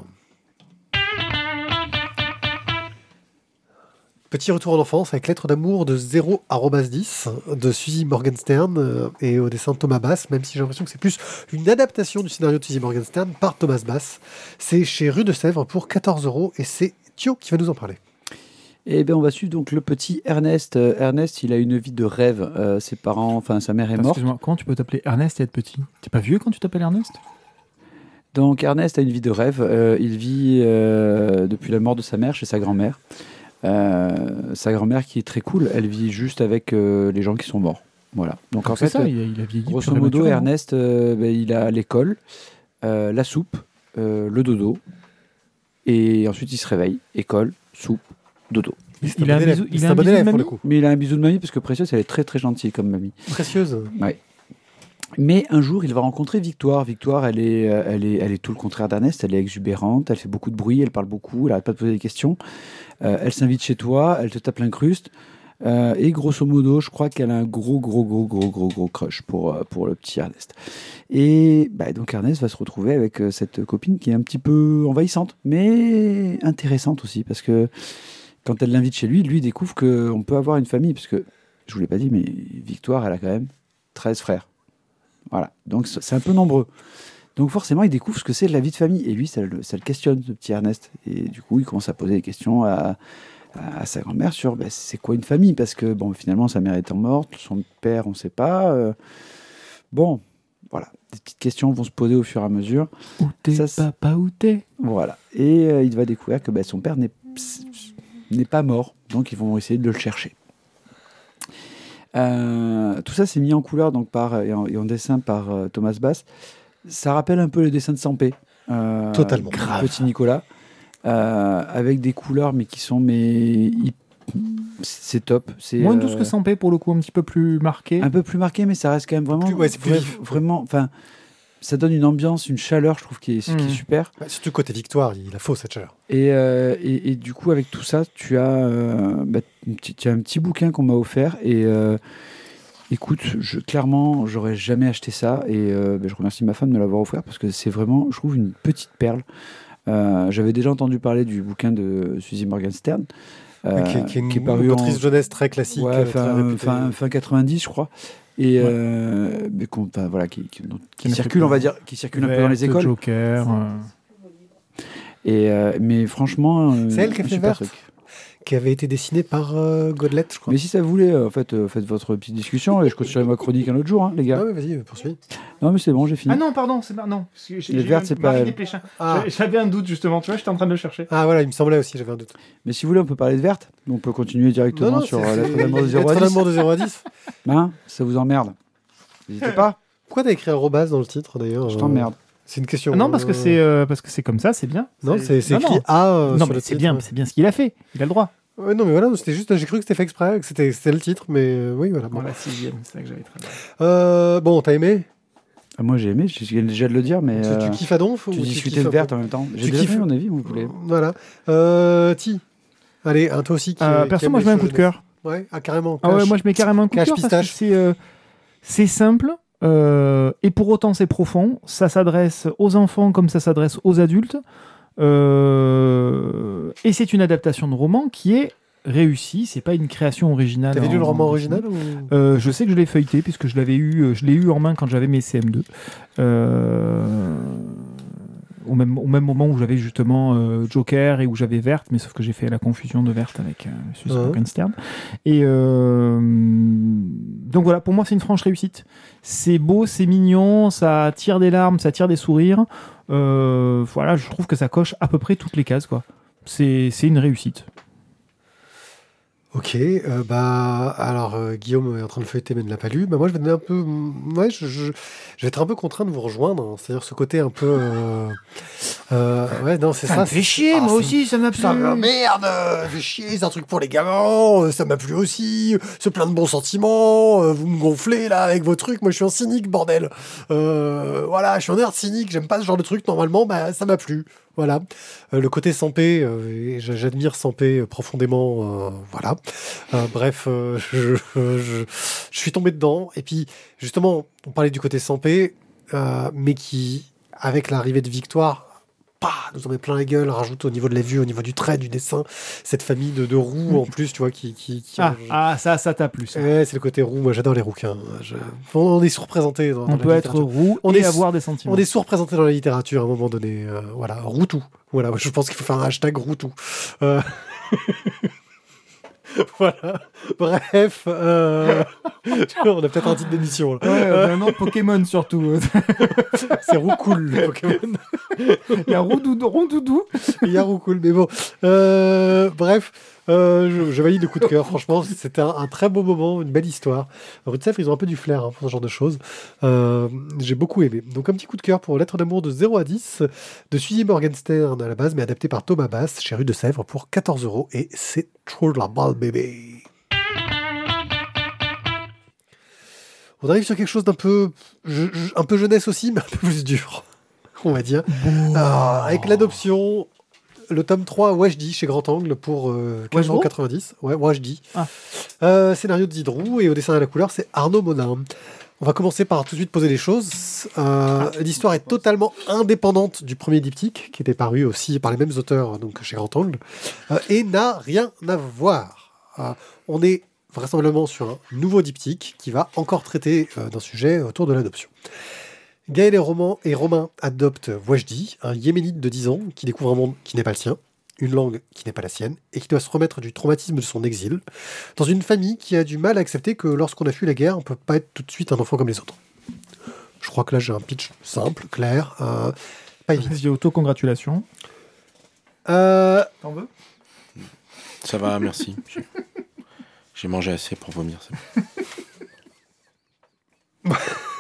Petit retour en enfance avec Lettre d'amour de zéro arobase dix de Suzy Morgenstern euh, et au dessin de Thomas Bass, même si j'ai l'impression que c'est plus une adaptation du scénario de Suzy Morgenstern par Thomas Bass. C'est chez Rue de Sèvres pour quatorze euros et c'est Thio qui va nous en parler. Et bien, on va suivre donc le petit Ernest. Euh, Ernest, il a une vie de rêve. Euh, ses parents, enfin sa mère est Attends, morte. Excuse-moi, comment tu peux t'appeler Ernest et être petit? T'es pas vieux quand tu t'appelles Ernest? Donc Ernest a une vie de rêve. Euh, il vit euh, depuis la mort de sa mère chez sa grand-mère. Euh, sa grand-mère qui est très cool, elle vit juste avec euh, les gens qui sont morts. Voilà. Donc Ah, en c'est fait, ça, euh, il a, il a vieilli. grosso prématurément. modo, Ernest, euh, ben, il a l'école, euh, la soupe, euh, le dodo, et ensuite il se réveille. École, soupe, dodo. Mais c'est Il un a bon un élève. bisou- il C'est a un un bon bisou de élève pour mamie le coup. Mais il a un bisou de mamie parce que Précieuse, elle est très très gentille comme mamie. Précieuse. Mais un jour, il va rencontrer Victoire. Victoire, elle est, euh, elle est, elle est tout le contraire d'Ernest. Elle est exubérante, elle fait beaucoup de bruit, elle parle beaucoup, elle n'arrête pas de poser des questions. Euh, elle s'invite chez toi, elle te tape l'incruste. Euh, et grosso modo, je crois qu'elle a un gros, gros, gros, gros, gros, gros crush pour, euh, pour le petit Ernest. Et bah, donc Ernest va se retrouver avec euh, cette copine qui est un petit peu envahissante, mais intéressante aussi, parce que quand elle l'invite chez lui, lui découvre qu'on peut avoir une famille, parce que, je vous l'ai pas dit, mais Victoire, elle a quand même treize frères. Voilà, donc c'est un peu nombreux. Donc forcément, il découvre ce que c'est la vie de famille. Et lui, ça le, ça le questionne, ce petit Ernest. Et du coup, il commence à poser des questions à, à, à sa grand-mère sur ben, c'est quoi une famille. Parce que bon, finalement, sa mère étant morte, son père, on ne sait pas. Euh, bon, voilà, des petites questions vont se poser au fur et à mesure. Où t'es, Ça, c'est- papa, où t'es? Voilà. Et euh, il va découvrir que ben, son père n'est, n'est pas mort. Donc, ils vont essayer de le chercher. Euh, tout ça, c'est mis en couleur donc, par, et, en, et en dessin par euh, Thomas Bass. Ça rappelle un peu le dessin de Sampé. Euh, Totalement. Grave. Petit Nicolas. Euh, avec des couleurs, mais qui sont. Mais, hip- c'est top. C'est, Moins euh, douce que Sampé, pour le coup, un petit peu plus marqué. un peu plus marqué, mais ça reste quand même vraiment. Plus- ouais, c'est plus vra- vif. Vraiment. Enfin, ça donne une ambiance, une chaleur, je trouve, qui est, qui est Mm. super. Bah, surtout côté Victoire, il a faux cette chaleur. Et, euh, et, et du coup, avec tout ça, tu as, euh, bah, un petit- tu as un petit bouquin qu'on m'a offert. Et euh, écoute, je, clairement, j'aurais jamais acheté ça. Et euh, bah, je remercie ma femme de me l'avoir offert parce que c'est vraiment, je trouve, une petite perle. Euh, J'avais déjà entendu parler du bouquin de Suzy Morgenstern. euh, qui, est- qui est une, qui est paru une en- autrice jeunesse très classique. Ouais, euh, très fin, réputée. fin, fin quatre-vingt-dix, je crois. Et Ouais. euh, mais qu'on- enfin, voilà, qui, qui, donc, qui Qui circule, on va dire, qui circule un peu dans les Verte, écoles. Joker. euh, Et euh, mais franchement, euh, C'est elle qui a un fait super Verte truc. Qui avait été dessinée par euh, Godlett, je crois. Mais si ça vous voulait, euh, en fait, euh, faites votre petite discussion et je continuerai ma chronique un autre jour, hein, les gars. Ah ouais, vas-y, poursuis. Non, mais c'est bon, j'ai fini. Ah non, pardon, c'est pas. Non. parce que j'ai- Les j'ai vertes, eu c'est un- pas Marie elle. Desplechin. Ah. J'avais- J'avais un doute, justement. Tu vois, j'étais en train de le chercher. Ah voilà, il me semblait aussi, j'avais un doute. Mais si vous voulez, on peut parler de Verte. On peut continuer directement sur euh, Lettre d'amour de zéro à Lettre dix. d'amour de zéro à dix. Hein, ça vous emmerde. N'hésitez pas, Pourquoi t'as écrit arrobase dans le titre d'ailleurs je euh, t'emmerde. C'est une question. Ah non, parce que euh, c'est euh, parce que c'est comme ça, c'est bien. Non, c'est c'est non, écrit non. A euh, Non, sur mais le c'est titre. bien, c'est bien ce qu'il a fait. Il a le droit. Ouais, non, mais voilà, c'était juste, j'ai cru que c'était fait exprès, que c'était c'était le titre, mais euh, oui, voilà. Bon, Bon, la sixième, c'est ça que j'avais très bien. Euh, bon t'as aimé Ah, moi, j'ai aimé, je viens déjà de le dire, mais tu, euh, tu kiffes à donf ou tu tu discutais kiffes de un Verte peu en même temps. J'ai Tu déjà kiffes fait mon avis, vous voulez. Voilà. Euh, Ti. Allez, un toi aussi qui. Euh, qui perso, aime moi, les je mets un choses coup de cœur. jeunesse. Ouais, ah, carrément. Ah ouais, Cache. moi, je mets carrément un coup de Cache cœur parce que pistache. c'est euh, c'est simple. euh, et pour autant, c'est profond. Ça s'adresse aux enfants comme ça s'adresse aux adultes. Euh, et c'est une adaptation de roman qui est réussie. C'est pas une création originale. T'avais lu en- le roman en original ou... Euh, je sais que je l'ai feuilleté puisque je l'avais eu, euh, je l'ai eu en main quand j'avais mes C M deux. Euh, au, même, au même moment où j'avais justement euh, Joker et où j'avais Verte, mais sauf que j'ai fait la confusion de Verte avec euh, Suzy Ouais. Morgenstern. Et euh, donc voilà, pour moi c'est une franche réussite. C'est beau, c'est mignon, ça tire des larmes, ça tire des sourires. Euh, voilà, je trouve que ça coche à peu près toutes les cases, quoi. C'est c'est une réussite. Ok, euh, bah alors euh, Guillaume est en train de feuilleter mais ne l'a pas lu. Bah moi je vais donner un peu, ouais, je, je, je vais être un peu contraint de vous rejoindre. hein. C'est-à-dire ce côté un peu, euh, euh, ouais non c'est ça. Ça me fait chier, ah, moi c'est- aussi, ça m'a plu. Ça me merde, euh, fait chier, c'est un truc pour les gamins, euh, ça m'a plu aussi, c'est plein de bons sentiments, euh, vous me gonflez là avec vos trucs, moi je suis un cynique bordel. Euh, voilà, je suis un nerd cynique, j'aime pas ce genre de truc normalement, bah ça m'a plu. Voilà, Euh, le côté Sampé, euh, et j'a- j'admire Sampé euh, profondément, euh, voilà. Euh, bref, euh, je, je, je- je suis tombé dedans, et puis justement, on parlait du côté Sampé, euh, mais qui, avec l'arrivée de Victoire, bah, nous en met plein la gueule, rajoute au niveau de la vue, au niveau du trait, du dessin, cette famille de, de roux en plus, tu vois, qui... qui, qui Ah, ah, ça, ça t'a plu. Ça. Ouais, c'est le côté roux, moi j'adore les rouquins. Je- On est sous-représenté dans, dans On la peut être littérature. roux On et est- avoir des sentiments. On est sous-représenté dans la littérature à un moment donné. euh, voilà, routou. Voilà, je pense qu'il faut faire un hashtag routou. Euh, voilà. Bref, euh, on a peut-être un titre d'émission. là. Ouais, euh, non, Pokémon surtout. C'est Roucool, le Pokémon. Il y a Rondoudou, Rondoudou. Il y a Roucool, mais bon. Euh, bref, euh, je, je valide le coup de cœur. Franchement, c'était un, un très beau moment, une belle histoire. Rue de Sèvres, ils ont un peu du flair hein, pour ce genre de choses. Euh, j'ai beaucoup aimé. Donc, un petit coup de cœur pour Lettre d'amour de zéro à dix de Suzy Morgenstern à la base, mais adapté par Thomas Bass chez Rue de Sèvres pour quatorze euros. Et c'est trop de la balle, bébé. On arrive sur quelque chose d'un peu, je- je- un peu jeunesse aussi, mais un peu plus dur, on va dire. Ah, avec l'adoption, le tome trois Wajdi chez Grand Angle pour euh, quinze euros quatre-vingt-dix. Ouais, Wajdi. Ah. Euh, scénario de Zidrou et au dessin et à la couleur, c'est Arnaud Monin. On va commencer par tout de suite poser les choses. Euh, L'histoire est totalement indépendante du premier diptyque, qui était paru aussi par les mêmes auteurs donc chez Grand Angle, euh, et n'a rien à voir. Euh, on est vraisemblablement sur un nouveau diptyque qui va encore traiter euh, d'un sujet autour de l'adoption. Gaël et, Roman, et Romain adoptent Wajdi, un yéménite de dix ans qui découvre un monde qui n'est pas le sien, une langue qui n'est pas la sienne, et qui doit se remettre du traumatisme de son exil, dans une famille qui a du mal à accepter que lorsqu'on a fui la guerre, on ne peut pas être tout de suite un enfant comme les autres. Je crois que là j'ai un pitch simple, clair, euh, pas évident. Vas-y, auto-congratulations. Euh, T'en veux? Ça va, merci. J'ai- J'ai mangé assez pour vomir. c'est bon.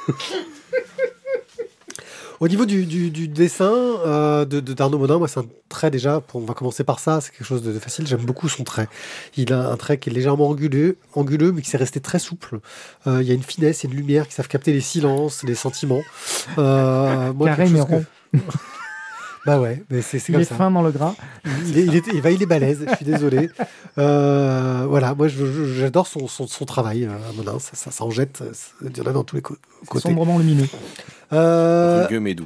Au niveau du, du- du dessin euh, de, de d'Arnaud Monin, moi c'est un trait déjà, pour- on va commencer par ça, c'est quelque chose de, de facile, j'aime beaucoup son trait. Il a un trait qui est légèrement anguleux, anguleux mais qui s'est resté très souple. Euh, Il y a une finesse et une lumière qui savent capter les silences, les sentiments. Euh, moi, Carré quelque mais chose que- rond. Bah ouais, mais c'est c'est Il comme est ça. fin dans le gras. Il est, il est, il va, il est balèze, je suis désolé. Euh, voilà, moi je- je- j'adore son, son, son travail, euh, à Monin, ça, ça, ça en jette, ça- il y en a dans tous les co- C'est côtés. sombrement lumineux. Euh, Rugueux mais doux.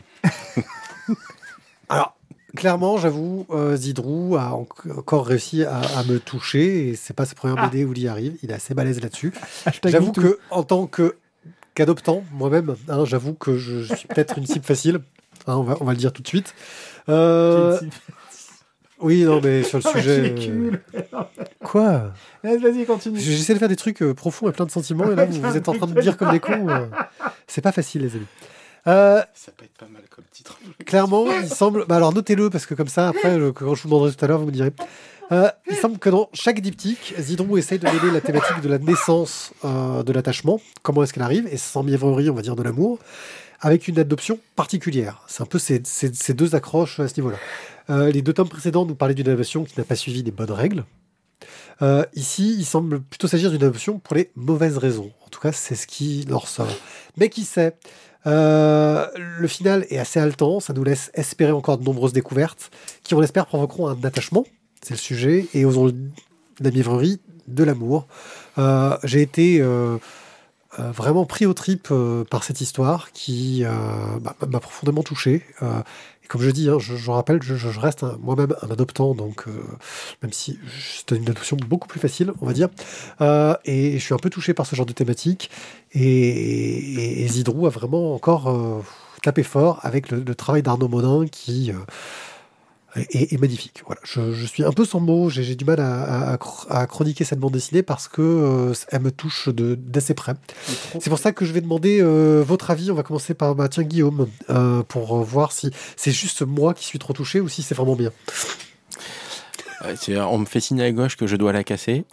alors, clairement, j'avoue, euh, Zidrou a en- encore réussi à, à me toucher, et c'est pas sa première Ah. B D où il y arrive, il est assez balèze là-dessus. Hashtag J'avoue MeToo. que, en tant que qu'adoptant, moi-même, hein, j'avoue que je, je suis peut-être une cible facile, hein, on, va, on va le dire tout de suite. Euh, oui, non, mais sur le Ah, mais sujet... c'est euh, cool. Quoi? Vas-y, continue. J'essaie de faire des trucs euh, profonds et plein de sentiments, et là, vous, vous êtes en train de me dire comme des cons. euh, c'est pas facile, les amis. Euh, Ça peut être pas mal comme titre. clairement, il semble... Bah alors, notez-le, parce que comme ça, après, euh, quand je vous demanderai tout à l'heure, vous me direz... Euh, il semble que dans chaque diptyque, Zidrou essaye de mêler la thématique de la naissance euh, de l'attachement, comment est-ce qu'elle arrive, et sans mièvrerie, on va dire, de l'amour, avec une adoption particulière. C'est un peu ces, ces- ces deux accroches à ce niveau-là. Euh, les deux tomes précédents nous parlaient d'une adoption qui n'a pas suivi des bonnes règles. Euh, ici, il semble plutôt s'agir d'une adoption pour les mauvaises raisons. En tout cas, c'est ce qui leur sort. Mais qui sait? Euh, le final est assez haletant, ça nous laisse espérer encore de nombreuses découvertes qui, on l'espère, provoqueront un attachement, c'est le sujet, et osons le- la mièvrerie de l'amour. Euh, j'ai été euh, euh, vraiment pris aux tripes euh, par cette histoire qui euh, bah, m'a profondément touché. Euh, et comme je dis, hein, je, je rappelle, je, je reste un- moi-même un adoptant, donc euh, même si c'est une adoption beaucoup plus facile, on va dire. Euh, et je suis un peu touché par ce genre de thématique. Et, et, et Zidrou a vraiment encore euh, tapé fort avec le, le travail d'Arnaud Monin qui euh, est, est magnifique. Voilà. Je, je suis un peu sans mots, j'ai j'ai du mal à, à, à chroniquer cette bande dessinée parce que euh, elle me touche de- d'assez près. C'est pour ça que je vais demander euh, votre avis. On va commencer par bah, tiens, Guillaume, euh, pour euh, voir si c'est juste moi qui suis trop touché ou si c'est vraiment bien. Euh, c'est- on me fait signe à gauche que je dois la casser.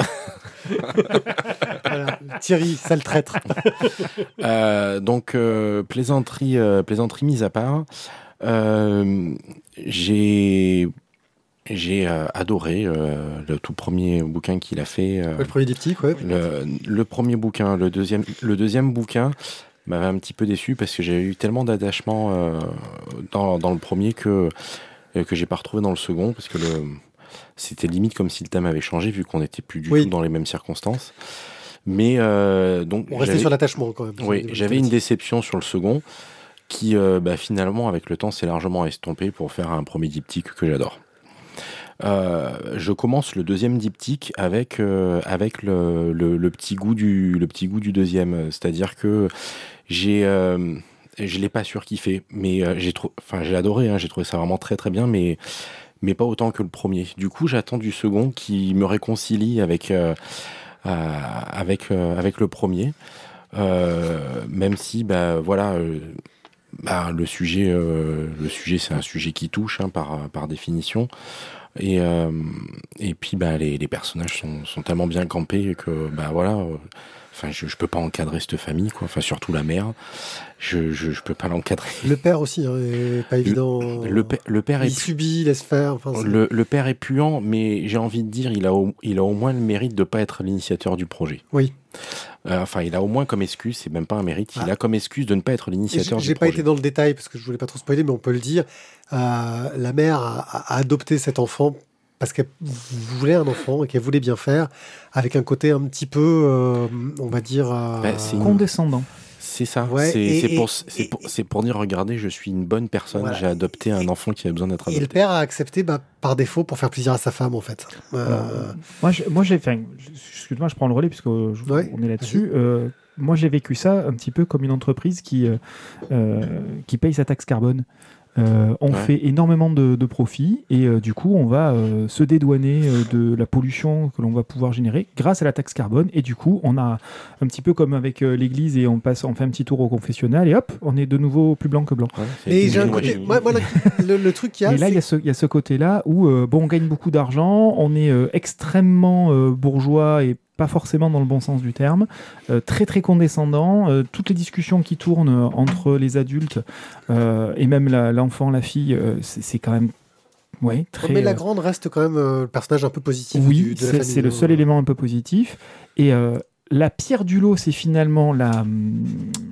Voilà. Thierry, sale traître. Euh, donc, euh, plaisanterie, euh, plaisanterie mise à part, euh, j'ai, j'ai euh, adoré euh, le tout premier bouquin qu'il a fait. euh, Ouais, le premier diptyque, ouais. le, le premier bouquin, le deuxième, le deuxième bouquin m'avait un petit peu déçu parce que j'ai eu tellement d'attachement euh, dans, dans le premier que euh, que j'ai pas retrouvé dans le second parce que le c'était limite comme si le thème avait changé vu qu'on n'était plus du Oui. tout dans les mêmes circonstances. Mais euh, donc On restait j'avais- sur l'attachement quand même. oui, j'avais une déception sur le second qui euh, bah, finalement avec le temps s'est largement estompé pour faire un premier diptyque que j'adore. Euh, je commence le deuxième diptyque avec euh, avec le, le, le petit goût du le petit goût du deuxième, c'est-à-dire que j'ai euh, je l'ai pas surkiffé, mais euh, j'ai trop, enfin j'ai adoré, hein, j'ai trouvé ça vraiment très très bien, mais mais pas autant que le premier. Du coup, j'attends du second qui me réconcilie avec euh, euh, avec euh, avec le premier, euh, même si bah voilà. Euh, bah, le sujet, euh, le sujet, c'est un sujet qui touche hein, par par définition. Et, euh, et puis bah, les, les personnages sont, sont tellement bien campés que bah, voilà, euh, enfin, je, je peux pas encadrer cette famille, quoi. Enfin, surtout la mère, je, je, je peux pas l'encadrer. Le père aussi, hein, est pas évident. Le, pa- le père il est subit, il laisse faire. Enfin, c'est- le, le père est puant, mais j'ai envie de dire, il a au, il a au moins le mérite de pas être l'initiateur du projet. Oui. Euh, enfin, il a au moins comme excuse, c'est même pas un mérite, il Ah. a comme excuse de ne pas être Et l'initiateur J'ai du j'ai pas projet. été dans le détail parce que je voulais pas trop spoiler, mais on peut le dire. Euh, la mère a, a adopté cet enfant parce qu'elle voulait un enfant et qu'elle voulait bien faire, avec un côté un petit peu, euh, on va dire. euh, Bah, c'est une- Condescendant. C'est ça, Ouais, c'est et- c'est pour, et- c'est et- pour, c'est pour dire, regardez, je suis une bonne personne, Voilà. j'ai adopté un enfant qui a besoin d'être Et le adopté. père a accepté bah, par défaut pour faire plaisir à sa femme, en fait. Euh, Alors, Moi, je- moi j'ai fait. Excuse-moi, je prends le relais puisque euh, je- Ouais, on est là-dessus. Euh, moi, j'ai vécu ça un petit peu comme une entreprise qui, euh, euh, qui paye sa taxe carbone. Euh, on Ouais. fait énormément de, de profits et euh, du coup, on va euh, se dédouaner euh, de la pollution que l'on va pouvoir générer grâce à la taxe carbone. Et du coup, on a un petit peu comme avec euh, l'église et on passe, on fait un petit tour au confessionnal et hop, on est de nouveau plus blanc que blanc. Ouais, c'est Et une j'ai un bonne côté. origine. Moi, moi, le, le- le truc qu'il y a. Et là, il y, a c'est- ce- il y a ce côté-là où euh, bon, on gagne beaucoup d'argent, on est euh, extrêmement euh, bourgeois et pas forcément dans le bon sens du terme, euh, très très condescendant. Euh, toutes les discussions qui tournent euh, entre les adultes euh, et même la- l'enfant, la fille, euh, c'est c'est quand même ouais, très. Mais la euh, grande reste quand même euh, le personnage un peu positif oui, du- de la c'est famille. c'est le hein. seul élément un peu positif. Et euh, la pierre du lot, c'est finalement la hum,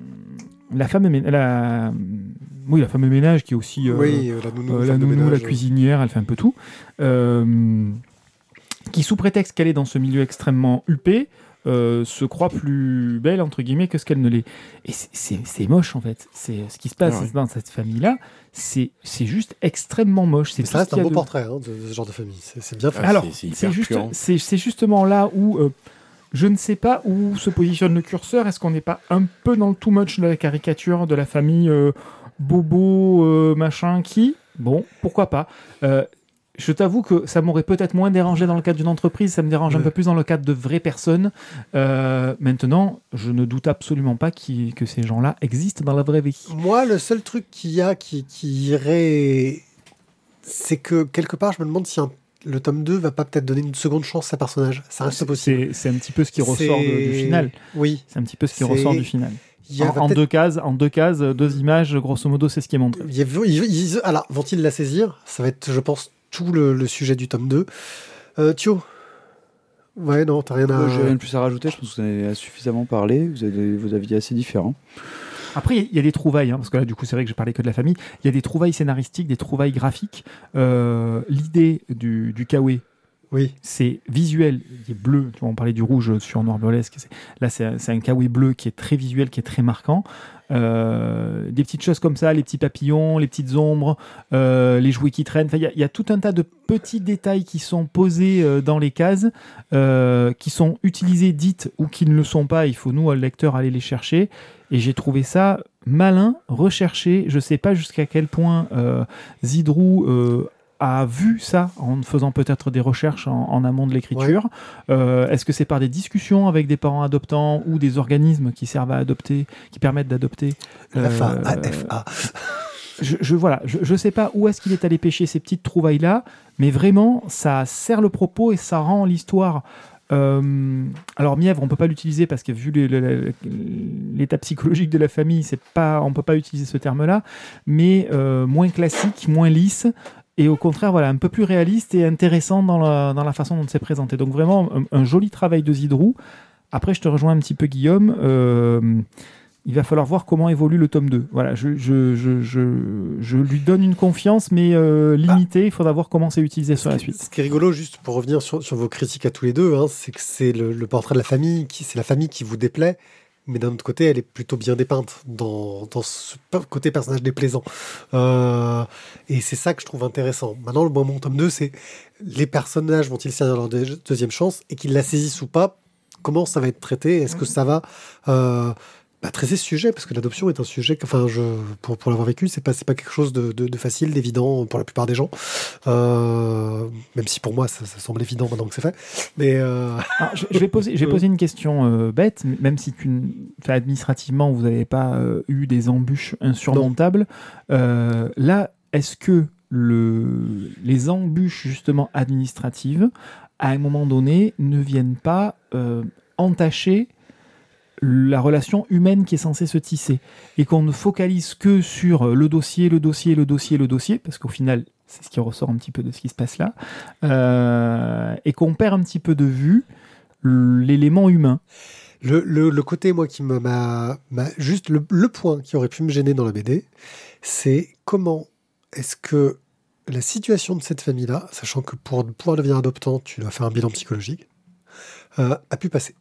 la femme mé- la oui la femme de ménage qui est aussi euh, Oui, euh, la nounou, euh, femme la de nounou, ménage, la euh. cuisinière, elle fait un peu tout. Euh, qui, sous prétexte qu'elle est dans ce milieu extrêmement huppé, euh, se croit plus belle, entre guillemets, que ce qu'elle ne l'est. Et c'est- c'est c'est moche, en fait. C'est ce qui se passe Ah ouais. dans cette famille-là. C'est c'est juste extrêmement moche. C'est Mais tout ça ce reste qu'il y un a beau de- portrait hein, de, de ce genre de famille. C'est c'est bien fait. Ah, Alors, c'est- c'est c'est hyper juste, puant. c'est c'est justement là où euh, je ne sais pas où se positionne le curseur. Est-ce qu'on n'est pas un peu dans le too much de la caricature de la famille euh, bobo, euh, machin, qui Bon, pourquoi pas. Euh, je t'avoue que ça m'aurait peut-être moins dérangé dans le cadre d'une entreprise, ça me dérange un Ouais. peu plus dans le cadre de vraies personnes. Euh, maintenant, je ne doute absolument pas qu'il- que ces gens-là existent dans la vraie vie. Moi, le seul truc qu'il y a qui, qui irait, c'est que quelque part, je me demande si un- le tome deux va pas peut-être donner une seconde chance à personnage. Ça reste possible. C'est c'est un petit peu ce qui ressort de- du C'est- final. Oui. C'est un petit peu ce qui C'est- ressort du final. Il y a, En, va en peut-être- deux cases, en deux cases, deux images, grosso modo, c'est ce qui est montré. il y a- ils- ils- alors, vont-ils la saisir? Ça va être, je pense, tout le, le sujet du tome deux. Euh, Thio? Ouais, non, t'as rien à... Euh, J'ai rien de plus à rajouter, je pense que vous en avez suffisamment parlé, vous avez des- vos avis assez différents. Après, il y a des trouvailles, hein, parce que là, du coup, c'est vrai que je parlais que de la famille. Il y a des trouvailles scénaristiques, des trouvailles graphiques. Euh, L'idée du, du kawaii, Oui. c'est visuel, il est bleu. Tu vois, on parlait du rouge sur noir burlesque. c'est- Là, c'est un- c'est un kawaii bleu qui est très visuel, qui est très marquant. Euh, des petites choses comme ça, les petits papillons, les petites ombres, euh, les jouets qui traînent. Enfin, il y, a- il y a tout un tas de petits détails qui sont posés euh, dans les cases, euh, qui sont utilisés, dites ou qui ne le sont pas. Il faut, nous, le lecteur, aller les chercher. Et j'ai trouvé ça malin, recherché. Je sais pas jusqu'à quel point euh, Zidrou euh, a vu ça en faisant peut-être des recherches en, en amont de l'écriture. Euh, Est-ce que c'est par des discussions avec des parents adoptants ou des organismes qui servent à adopter, qui permettent d'adopter La F A, euh, A F A. je, je, voilà, je, je sais pas où est-ce qu'il est allé pêcher ces petites trouvailles-là, mais vraiment, ça sert le propos et ça rend l'histoire... Euh, alors mièvre, on peut pas l'utiliser parce que vu le, le, le, l'état psychologique de la famille, c'est pas, on peut pas utiliser ce terme-là, mais euh, moins classique, moins lisse, et au contraire, voilà, un peu plus réaliste et intéressant dans la, dans la façon dont c'est présenté. Donc vraiment, un, un joli travail de Zidrou. Après, je te rejoins un petit peu, Guillaume. Euh, il va falloir voir comment évolue le tome deux. Voilà, je, je, je, je, je lui donne une confiance, mais euh, limitée. Il faudra voir comment c'est utilisé sur la suite. Ce qui est rigolo, juste pour revenir sur, sur vos critiques à tous les deux, hein, c'est que c'est le, le portrait de la famille, qui, c'est la famille qui vous déplaît, mais d'un autre côté, elle est plutôt bien dépeinte dans, dans ce côté personnage déplaisant. Euh, et c'est ça que je trouve intéressant. Maintenant, le moment tome deux, c'est les personnages vont-ils saisir leur deux- deuxième chance, et qu'ils la saisissent ou pas, comment ça va être traité, est-ce que ça va... Euh, Bah, traiter ce sujet, parce que l'adoption est un sujet que, enfin, je, pour, pour l'avoir vécu, c'est pas, c'est pas quelque chose de, de, de facile, d'évident pour la plupart des gens. Euh, même si pour moi, ça, ça semble évident maintenant que c'est fait. Mais euh... Alors, je, je vais poser, je vais poser une question euh, bête, même si tu, enfin, administrativement, vous n'avez pas euh, eu des embûches insurmontables. Euh, là, est-ce que le, les embûches justement administratives, à un moment donné, ne viennent pas euh, entacher la relation humaine qui est censée se tisser et qu'on ne focalise que sur le dossier, le dossier, le dossier, le dossier, parce qu'au final, c'est ce qui ressort un petit peu de ce qui se passe là, euh, et qu'on perd un petit peu de vue l'élément humain. Le, le, le côté, moi, qui m'a... m'a, m'a juste le, le point qui aurait pu me gêner dans la B D, c'est comment est-ce que la situation de cette famille-là, sachant que pour pouvoir devenir adoptant, tu dois faire un bilan psychologique, euh, a pu passer.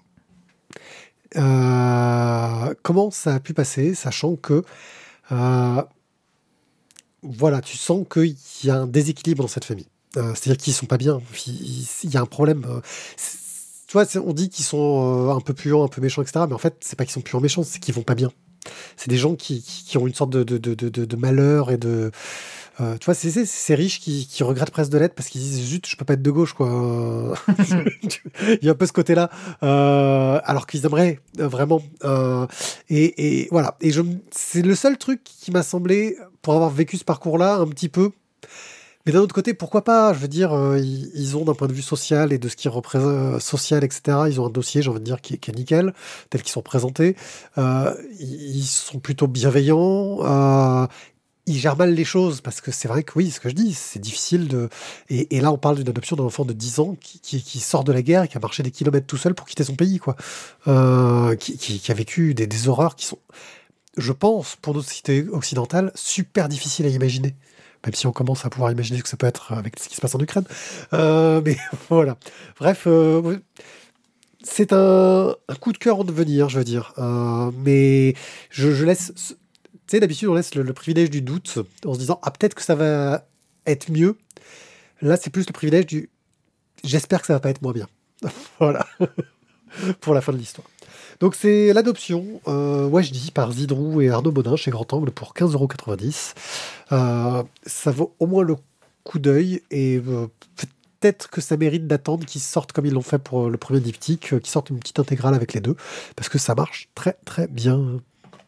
Euh, comment ça a pu passer, sachant que euh, voilà, tu sens qu'il y a un déséquilibre dans cette famille. Euh, c'est-à-dire qu'ils sont pas bien. Il, il y a un problème. Euh, tu vois, on dit qu'ils sont euh, un peu puants, un peu méchants, et cetera. Mais en fait, c'est pas qu'ils sont puants méchants, c'est qu'ils vont pas bien. C'est des gens qui, qui, qui ont une sorte de, de, de, de, de malheur et de... Euh, tu vois, c'est, c'est ces riches qui, qui regrettent presque de l'être parce qu'ils disent zut, je peux pas être de gauche, quoi. Il y a un peu ce côté-là, euh, alors qu'ils aimeraient euh, vraiment. Euh, et, et voilà. Et je, c'est le seul truc qui m'a semblé, pour avoir vécu ce parcours-là, un petit peu. Mais d'un autre côté, pourquoi pas? Je veux dire, euh, ils, ils ont d'un point de vue social et de ce qui représente euh, social, et cetera. Ils ont un dossier, j'ai envie de dire, qui, qui est nickel, tel qu'ils sont présentés. Euh, ils, ils sont plutôt bienveillants. Euh, ils gèrent mal les choses, parce que c'est vrai que oui, ce que je dis, c'est difficile de... Et, et là, on parle d'une adoption d'un enfant de dix ans qui, qui, qui sort de la guerre et qui a marché des kilomètres tout seul pour quitter son pays, quoi. Euh, qui, qui, qui a vécu des, des horreurs qui sont, je pense, pour notre société occidentale, super difficiles à imaginer. Même si on commence à pouvoir imaginer ce que ça peut être avec ce qui se passe en Ukraine. Euh, mais voilà. Bref, euh, c'est un, un coup de cœur en devenir, je veux dire. Euh, mais je, je laisse... Tu sais, d'habitude, on laisse le, le privilège du doute en se disant « Ah, peut-être que ça va être mieux ». Là, c'est plus le privilège du « J'espère que ça va pas être moins bien ». Voilà. Pour la fin de l'histoire. Donc, c'est l'adoption, euh, ouais, je dis, par Zidrou et Arnaud Bodin chez Grand Angle pour quinze euros quatre-vingt-dix. Euh, ça vaut au moins le coup d'œil et euh, peut-être que ça mérite d'attendre qu'ils sortent comme ils l'ont fait pour le premier diptyque, euh, qu'ils sortent une petite intégrale avec les deux, parce que ça marche très, très bien.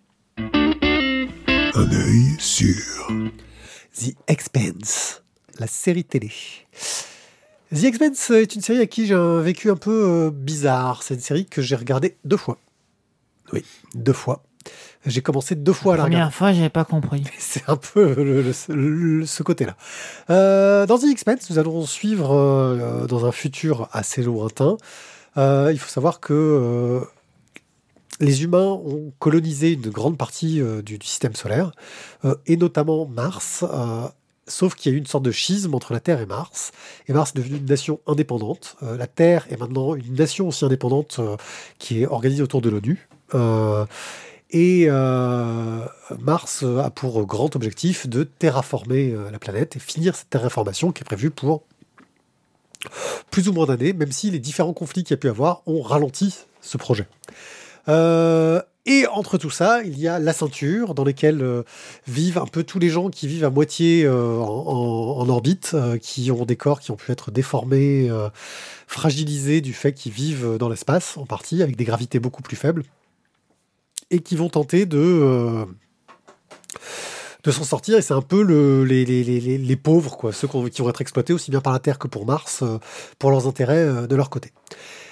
Un œil sur The Expanse, la série télé. The Expanse est une série à qui j'ai un vécu un peu euh, bizarre. C'est une série que j'ai regardée deux fois. Oui, deux fois. J'ai commencé deux fois à la regarder. La première fois, j'avais pas compris. C'est un peu le, le, le, ce côté-là. Euh, dans The Expanse, nous allons suivre euh, dans un futur assez lointain. Euh, il faut savoir que euh, les humains ont colonisé une grande partie euh, du, du système solaire, euh, et notamment Mars, euh, sauf qu'il y a eu une sorte de schisme entre la Terre et Mars, et Mars est devenue une nation indépendante. Euh, la Terre est maintenant une nation aussi indépendante euh, qui est organisée autour de l'ONU. Euh, et euh, Mars a pour grand objectif de terraformer euh, la planète et finir cette terraformation qui est prévue pour plus ou moins d'années, même si les différents conflits qu'il y a pu avoir ont ralenti ce projet. Euh, et entre tout ça, il y a la ceinture dans laquelle euh, vivent un peu tous les gens qui vivent à moitié euh, en, en, en orbite, euh, qui ont des corps qui ont pu être déformés, euh, fragilisés du fait qu'ils vivent dans l'espace, en partie, avec des gravités beaucoup plus faibles, et qui vont tenter de, euh, de s'en sortir, et c'est un peu le, les, les, les, les pauvres, quoi, ceux qui vont être exploités aussi bien par la Terre que pour Mars, euh, pour leurs intérêts euh, de leur côté.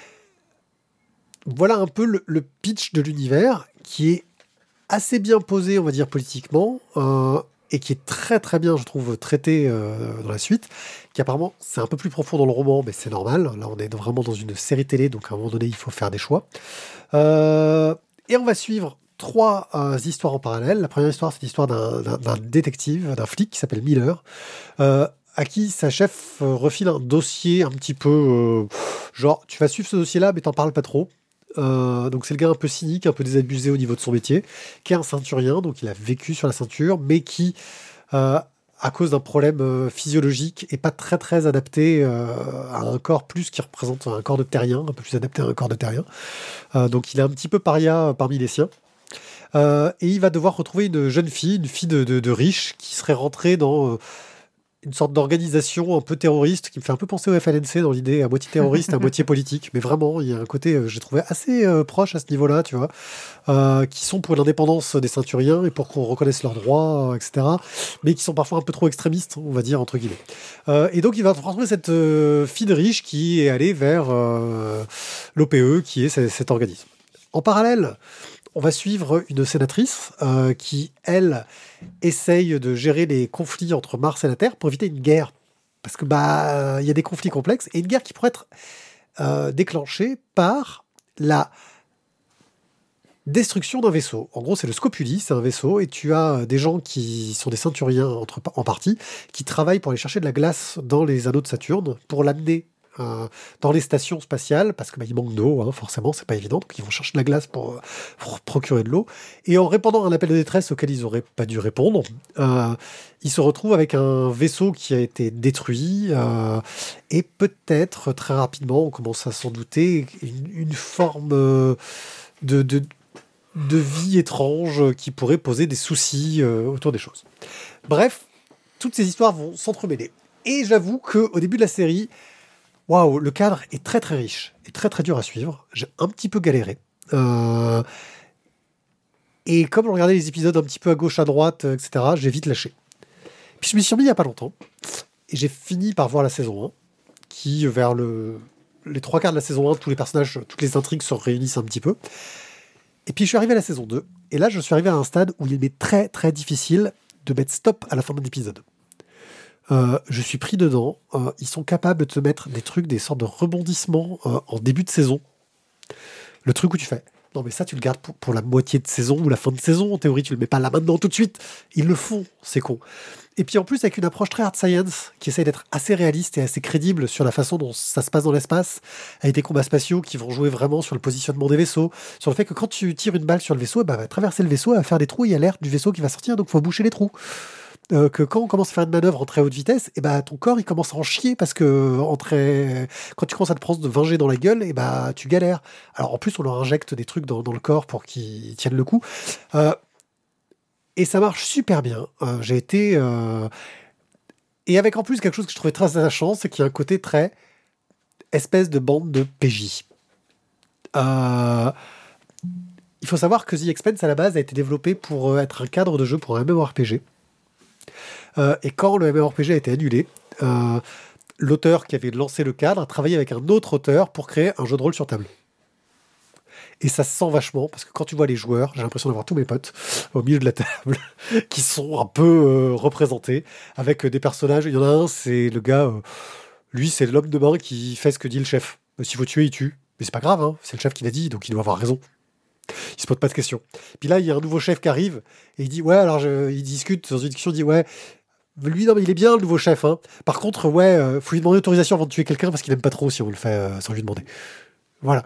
Voilà un peu le, le pitch de l'univers, qui est assez bien posé, on va dire, politiquement, euh, et qui est très très bien, je trouve, traité euh, dans la suite, qui apparemment, c'est un peu plus profond dans le roman, mais c'est normal, là on est vraiment dans une série télé, donc à un moment donné, il faut faire des choix. Euh, et on va suivre trois euh, histoires en parallèle. La première histoire, c'est l'histoire d'un, d'un, d'un détective, d'un flic qui s'appelle Miller, euh, à qui sa chef euh, refile un dossier un petit peu... Euh, genre, tu vas suivre ce dossier-là, mais t'en parles pas trop. Euh, donc c'est le gars un peu cynique, un peu désabusé au niveau de son métier, qui est un ceinturien, donc il a vécu sur la ceinture, mais qui, euh, à cause d'un problème euh, physiologique, est pas très très adapté euh, à un corps plus qui représente un corps de terrien, un peu plus adapté à un corps de terrien. Euh, donc il est un petit peu paria parmi les siens. Euh, et il va devoir retrouver une jeune fille, une fille de, de, de riche, qui serait rentrée dans euh, une sorte d'organisation un peu terroriste, qui me fait un peu penser au F L N C dans l'idée, à moitié terroriste, à moitié politique. Mais vraiment, il y a un côté, euh, j'ai trouvé assez euh, proche à ce niveau-là, tu vois, euh, qui sont pour l'indépendance des ceinturiens et pour qu'on reconnaisse leurs droits, euh, et cetera. Mais qui sont parfois un peu trop extrémistes, on va dire, entre guillemets. Euh, et donc, il va retrouver cette euh, fille de riche qui est allée vers euh, l'O P E, qui est c- cet organisme. En parallèle, on va suivre une sénatrice euh, qui, elle, essaye de gérer les conflits entre Mars et la Terre pour éviter une guerre. Parce que bah, il y a des conflits complexes et une guerre qui pourrait être euh, déclenchée par la destruction d'un vaisseau. En gros, c'est le Scopuli, c'est un vaisseau, et tu as des gens qui sont des ceinturiens entre, en partie, qui travaillent pour aller chercher de la glace dans les anneaux de Saturne pour l'amener Euh, dans les stations spatiales, parce que bah, il manque d'eau, hein, forcément, c'est pas évident, donc ils vont chercher de la glace pour, pour procurer de l'eau. Et en répondant à un appel de détresse auquel ils auraient pas dû répondre, euh, ils se retrouvent avec un vaisseau qui a été détruit, euh, et peut-être très rapidement, on commence à s'en douter, une, une forme euh, de, de, de vie étrange qui pourrait poser des soucis euh, autour des choses. Bref, toutes ces histoires vont s'entremêler. Et j'avoue qu'au début de la série, waouh, le cadre est très très riche et très très dur à suivre. J'ai un petit peu galéré. Euh... Et comme je regardais les épisodes un petit peu à gauche, à droite, et cetera, j'ai vite lâché. Puis je m'y suis remis il n'y a pas longtemps. Et j'ai fini par voir la saison un, qui, vers le... les trois quarts de la saison un, tous les personnages, toutes les intrigues se réunissent un petit peu. Et puis je suis arrivé à la saison deux. Et là, je suis arrivé à un stade où il m'est très très difficile de mettre stop à la fin d'un épisode. Euh, je suis pris dedans. Euh, ils sont capables de te mettre des trucs, des sortes de rebondissements euh, en début de saison. Le truc où tu fais, non mais ça tu le gardes pour, pour la moitié de saison ou la fin de saison, en théorie tu le mets pas là maintenant tout de suite. Ils le font, c'est con. Et puis en plus avec une approche très hard science qui essaye d'être assez réaliste et assez crédible sur la façon dont ça se passe dans l'espace, avec des combats spatiaux qui vont jouer vraiment sur le positionnement des vaisseaux, sur le fait que quand tu tires une balle sur le vaisseau, bah, elle va traverser le vaisseau, elle va faire des trous, il y a l'air du vaisseau qui va sortir, donc il faut boucher les trous. Euh, que quand on commence à faire une manœuvre en très haute vitesse, et bah, ton corps il commence à en chier parce que en très... quand tu commences à te prendre de vingt G dans la gueule, et bah, tu galères. Alors en plus, on leur injecte des trucs dans, dans le corps pour qu'ils tiennent le coup. Euh, et ça marche super bien. Euh, j'ai été. Euh... Et avec en plus quelque chose que je trouvais très attachant, c'est qu'il y a un côté très espèce de bande de P J. Euh... Il faut savoir que The Expanse à la base a été développé pour être un cadre de jeu pour un MMORPG. Euh, et quand le MMORPG a été annulé, euh, l'auteur qui avait lancé le cadre a travaillé avec un autre auteur pour créer un jeu de rôle sur table. Et ça se sent vachement, parce que quand tu vois les joueurs, j'ai l'impression d'avoir tous mes potes au milieu de la table, qui sont un peu euh, représentés, avec des personnages. Il y en a un, c'est le gars, euh, lui c'est l'homme de main qui fait ce que dit le chef. S'il faut tuer, il tue. Mais c'est pas grave, hein, c'est le chef qui l'a dit, donc il doit avoir raison. Il se pose pas de questions. Puis là, il y a un nouveau chef qui arrive, et il dit, ouais, alors je... il discute, dans une discussion, il dit, ouais, lui, non, mais il est bien, le nouveau chef. Hein. Par contre, ouais, euh, faut lui demander autorisation avant de tuer quelqu'un parce qu'il aime pas trop si on le fait euh, sans lui demander. Voilà.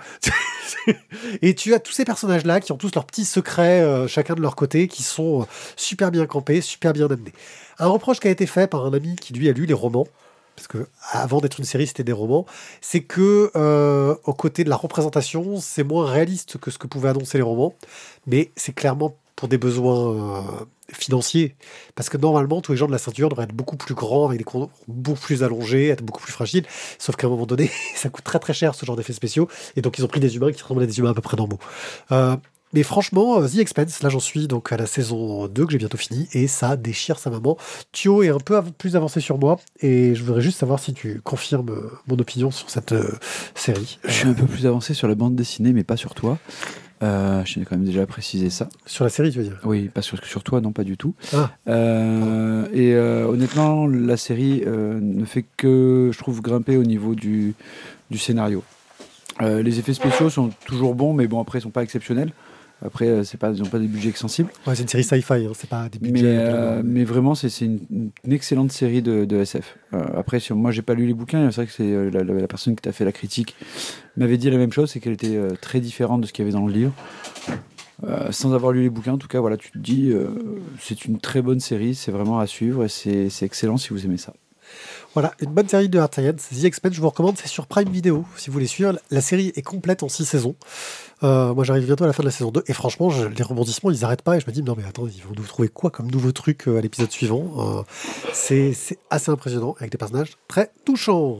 Et tu as tous ces personnages-là qui ont tous leurs petits secrets, euh, chacun de leur côté, qui sont euh, super bien campés, super bien amenés. Un reproche qui a été fait par un ami qui, lui, a lu les romans, parce que avant d'être une série, c'était des romans, c'est que, euh, aux côtés de la représentation, c'est moins réaliste que ce que pouvaient annoncer les romans, mais c'est clairement pour des besoins euh, financiers, parce que normalement tous les gens de la ceinture devraient être beaucoup plus grands, avec des corps beaucoup plus allongés, être beaucoup plus fragiles, sauf qu'à un moment donné ça coûte très très cher ce genre d'effets spéciaux, et donc ils ont pris des humains qui ressemblent à des humains à peu près normaux. Euh, Mais franchement, euh, The Expanse, là j'en suis donc à la saison deux que j'ai bientôt fini et ça déchire sa maman. Thio est un peu av- plus avancé sur moi et je voudrais juste savoir si tu confirmes euh, mon opinion sur cette euh, série. Je suis un peu plus avancé sur la bande dessinée, mais pas sur toi. Euh, je t'ai quand même déjà précisé ça. Sur la série, tu veux dire? Oui, pas sur, sur toi, non, pas du tout. Ah. Euh, et euh, honnêtement, la série euh, ne fait que, je trouve, grimper au niveau du, du scénario. Euh, les effets spéciaux sont toujours bons, mais bon, après, ils sont pas exceptionnels. Après, euh, c'est pas, ils n'ont pas des budgets extensibles. Ouais, c'est une série sci-fi, hein, c'est pas des Mais, budgets. euh, euh, mais vraiment, c'est, c'est une, une excellente série de, de S F. Euh, après, si, moi, j'ai pas lu les bouquins. C'est vrai que c'est euh, la, la, la personne qui t'a fait la critique m'avait dit la même chose, c'est qu'elle était euh, très différente de ce qu'il y avait dans le livre. Euh, sans avoir lu les bouquins, en tout cas, voilà, tu te dis, euh, c'est une très bonne série, c'est vraiment à suivre et c'est, c'est excellent si vous aimez ça. Voilà, une bonne série de Hard Science. The Expanse, je vous recommande, c'est sur Prime Video, si vous voulez suivre. La série est complète en six saisons. Euh, moi, j'arrive bientôt à la fin de la saison deux, et franchement, je, les rebondissements, ils n'arrêtent pas, et je me dis, non mais attends, ils vont nous trouver quoi comme nouveau truc euh, à l'épisode suivant. Euh, c'est, c'est assez impressionnant, avec des personnages très touchants.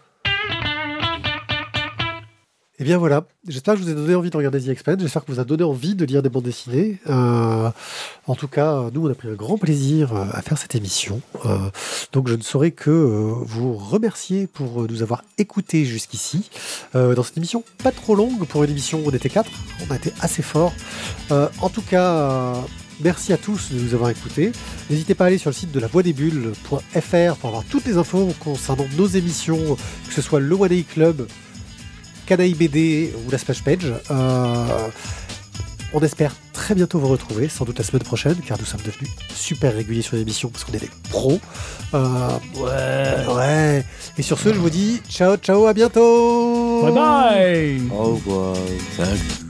Et bien voilà, j'espère que je vous ai donné envie de regarder The Expanse, j'espère que vous a donné envie de lire des bandes dessinées. Euh, en tout cas, nous, on a pris un grand plaisir euh, à faire cette émission. Euh, donc je ne saurais que euh, vous remercier pour nous avoir écoutés jusqu'ici. Euh, dans cette émission pas trop longue, pour une émission où on était quatre, on a été assez fort. Euh, en tout cas... Euh, Merci à tous de nous avoir écoutés. N'hésitez pas à aller sur le site de la voix des bulles point f r pour avoir toutes les infos concernant nos émissions, que ce soit le One Day Club, Canaille B D ou la Splash Page. Euh, on espère très bientôt vous retrouver, sans doute la semaine prochaine, car nous sommes devenus super réguliers sur l'émission parce qu'on est des pros. Euh, ouais, ouais. Et sur ce, je vous dis ciao, ciao, à bientôt. Bye bye. Au revoir. Salut.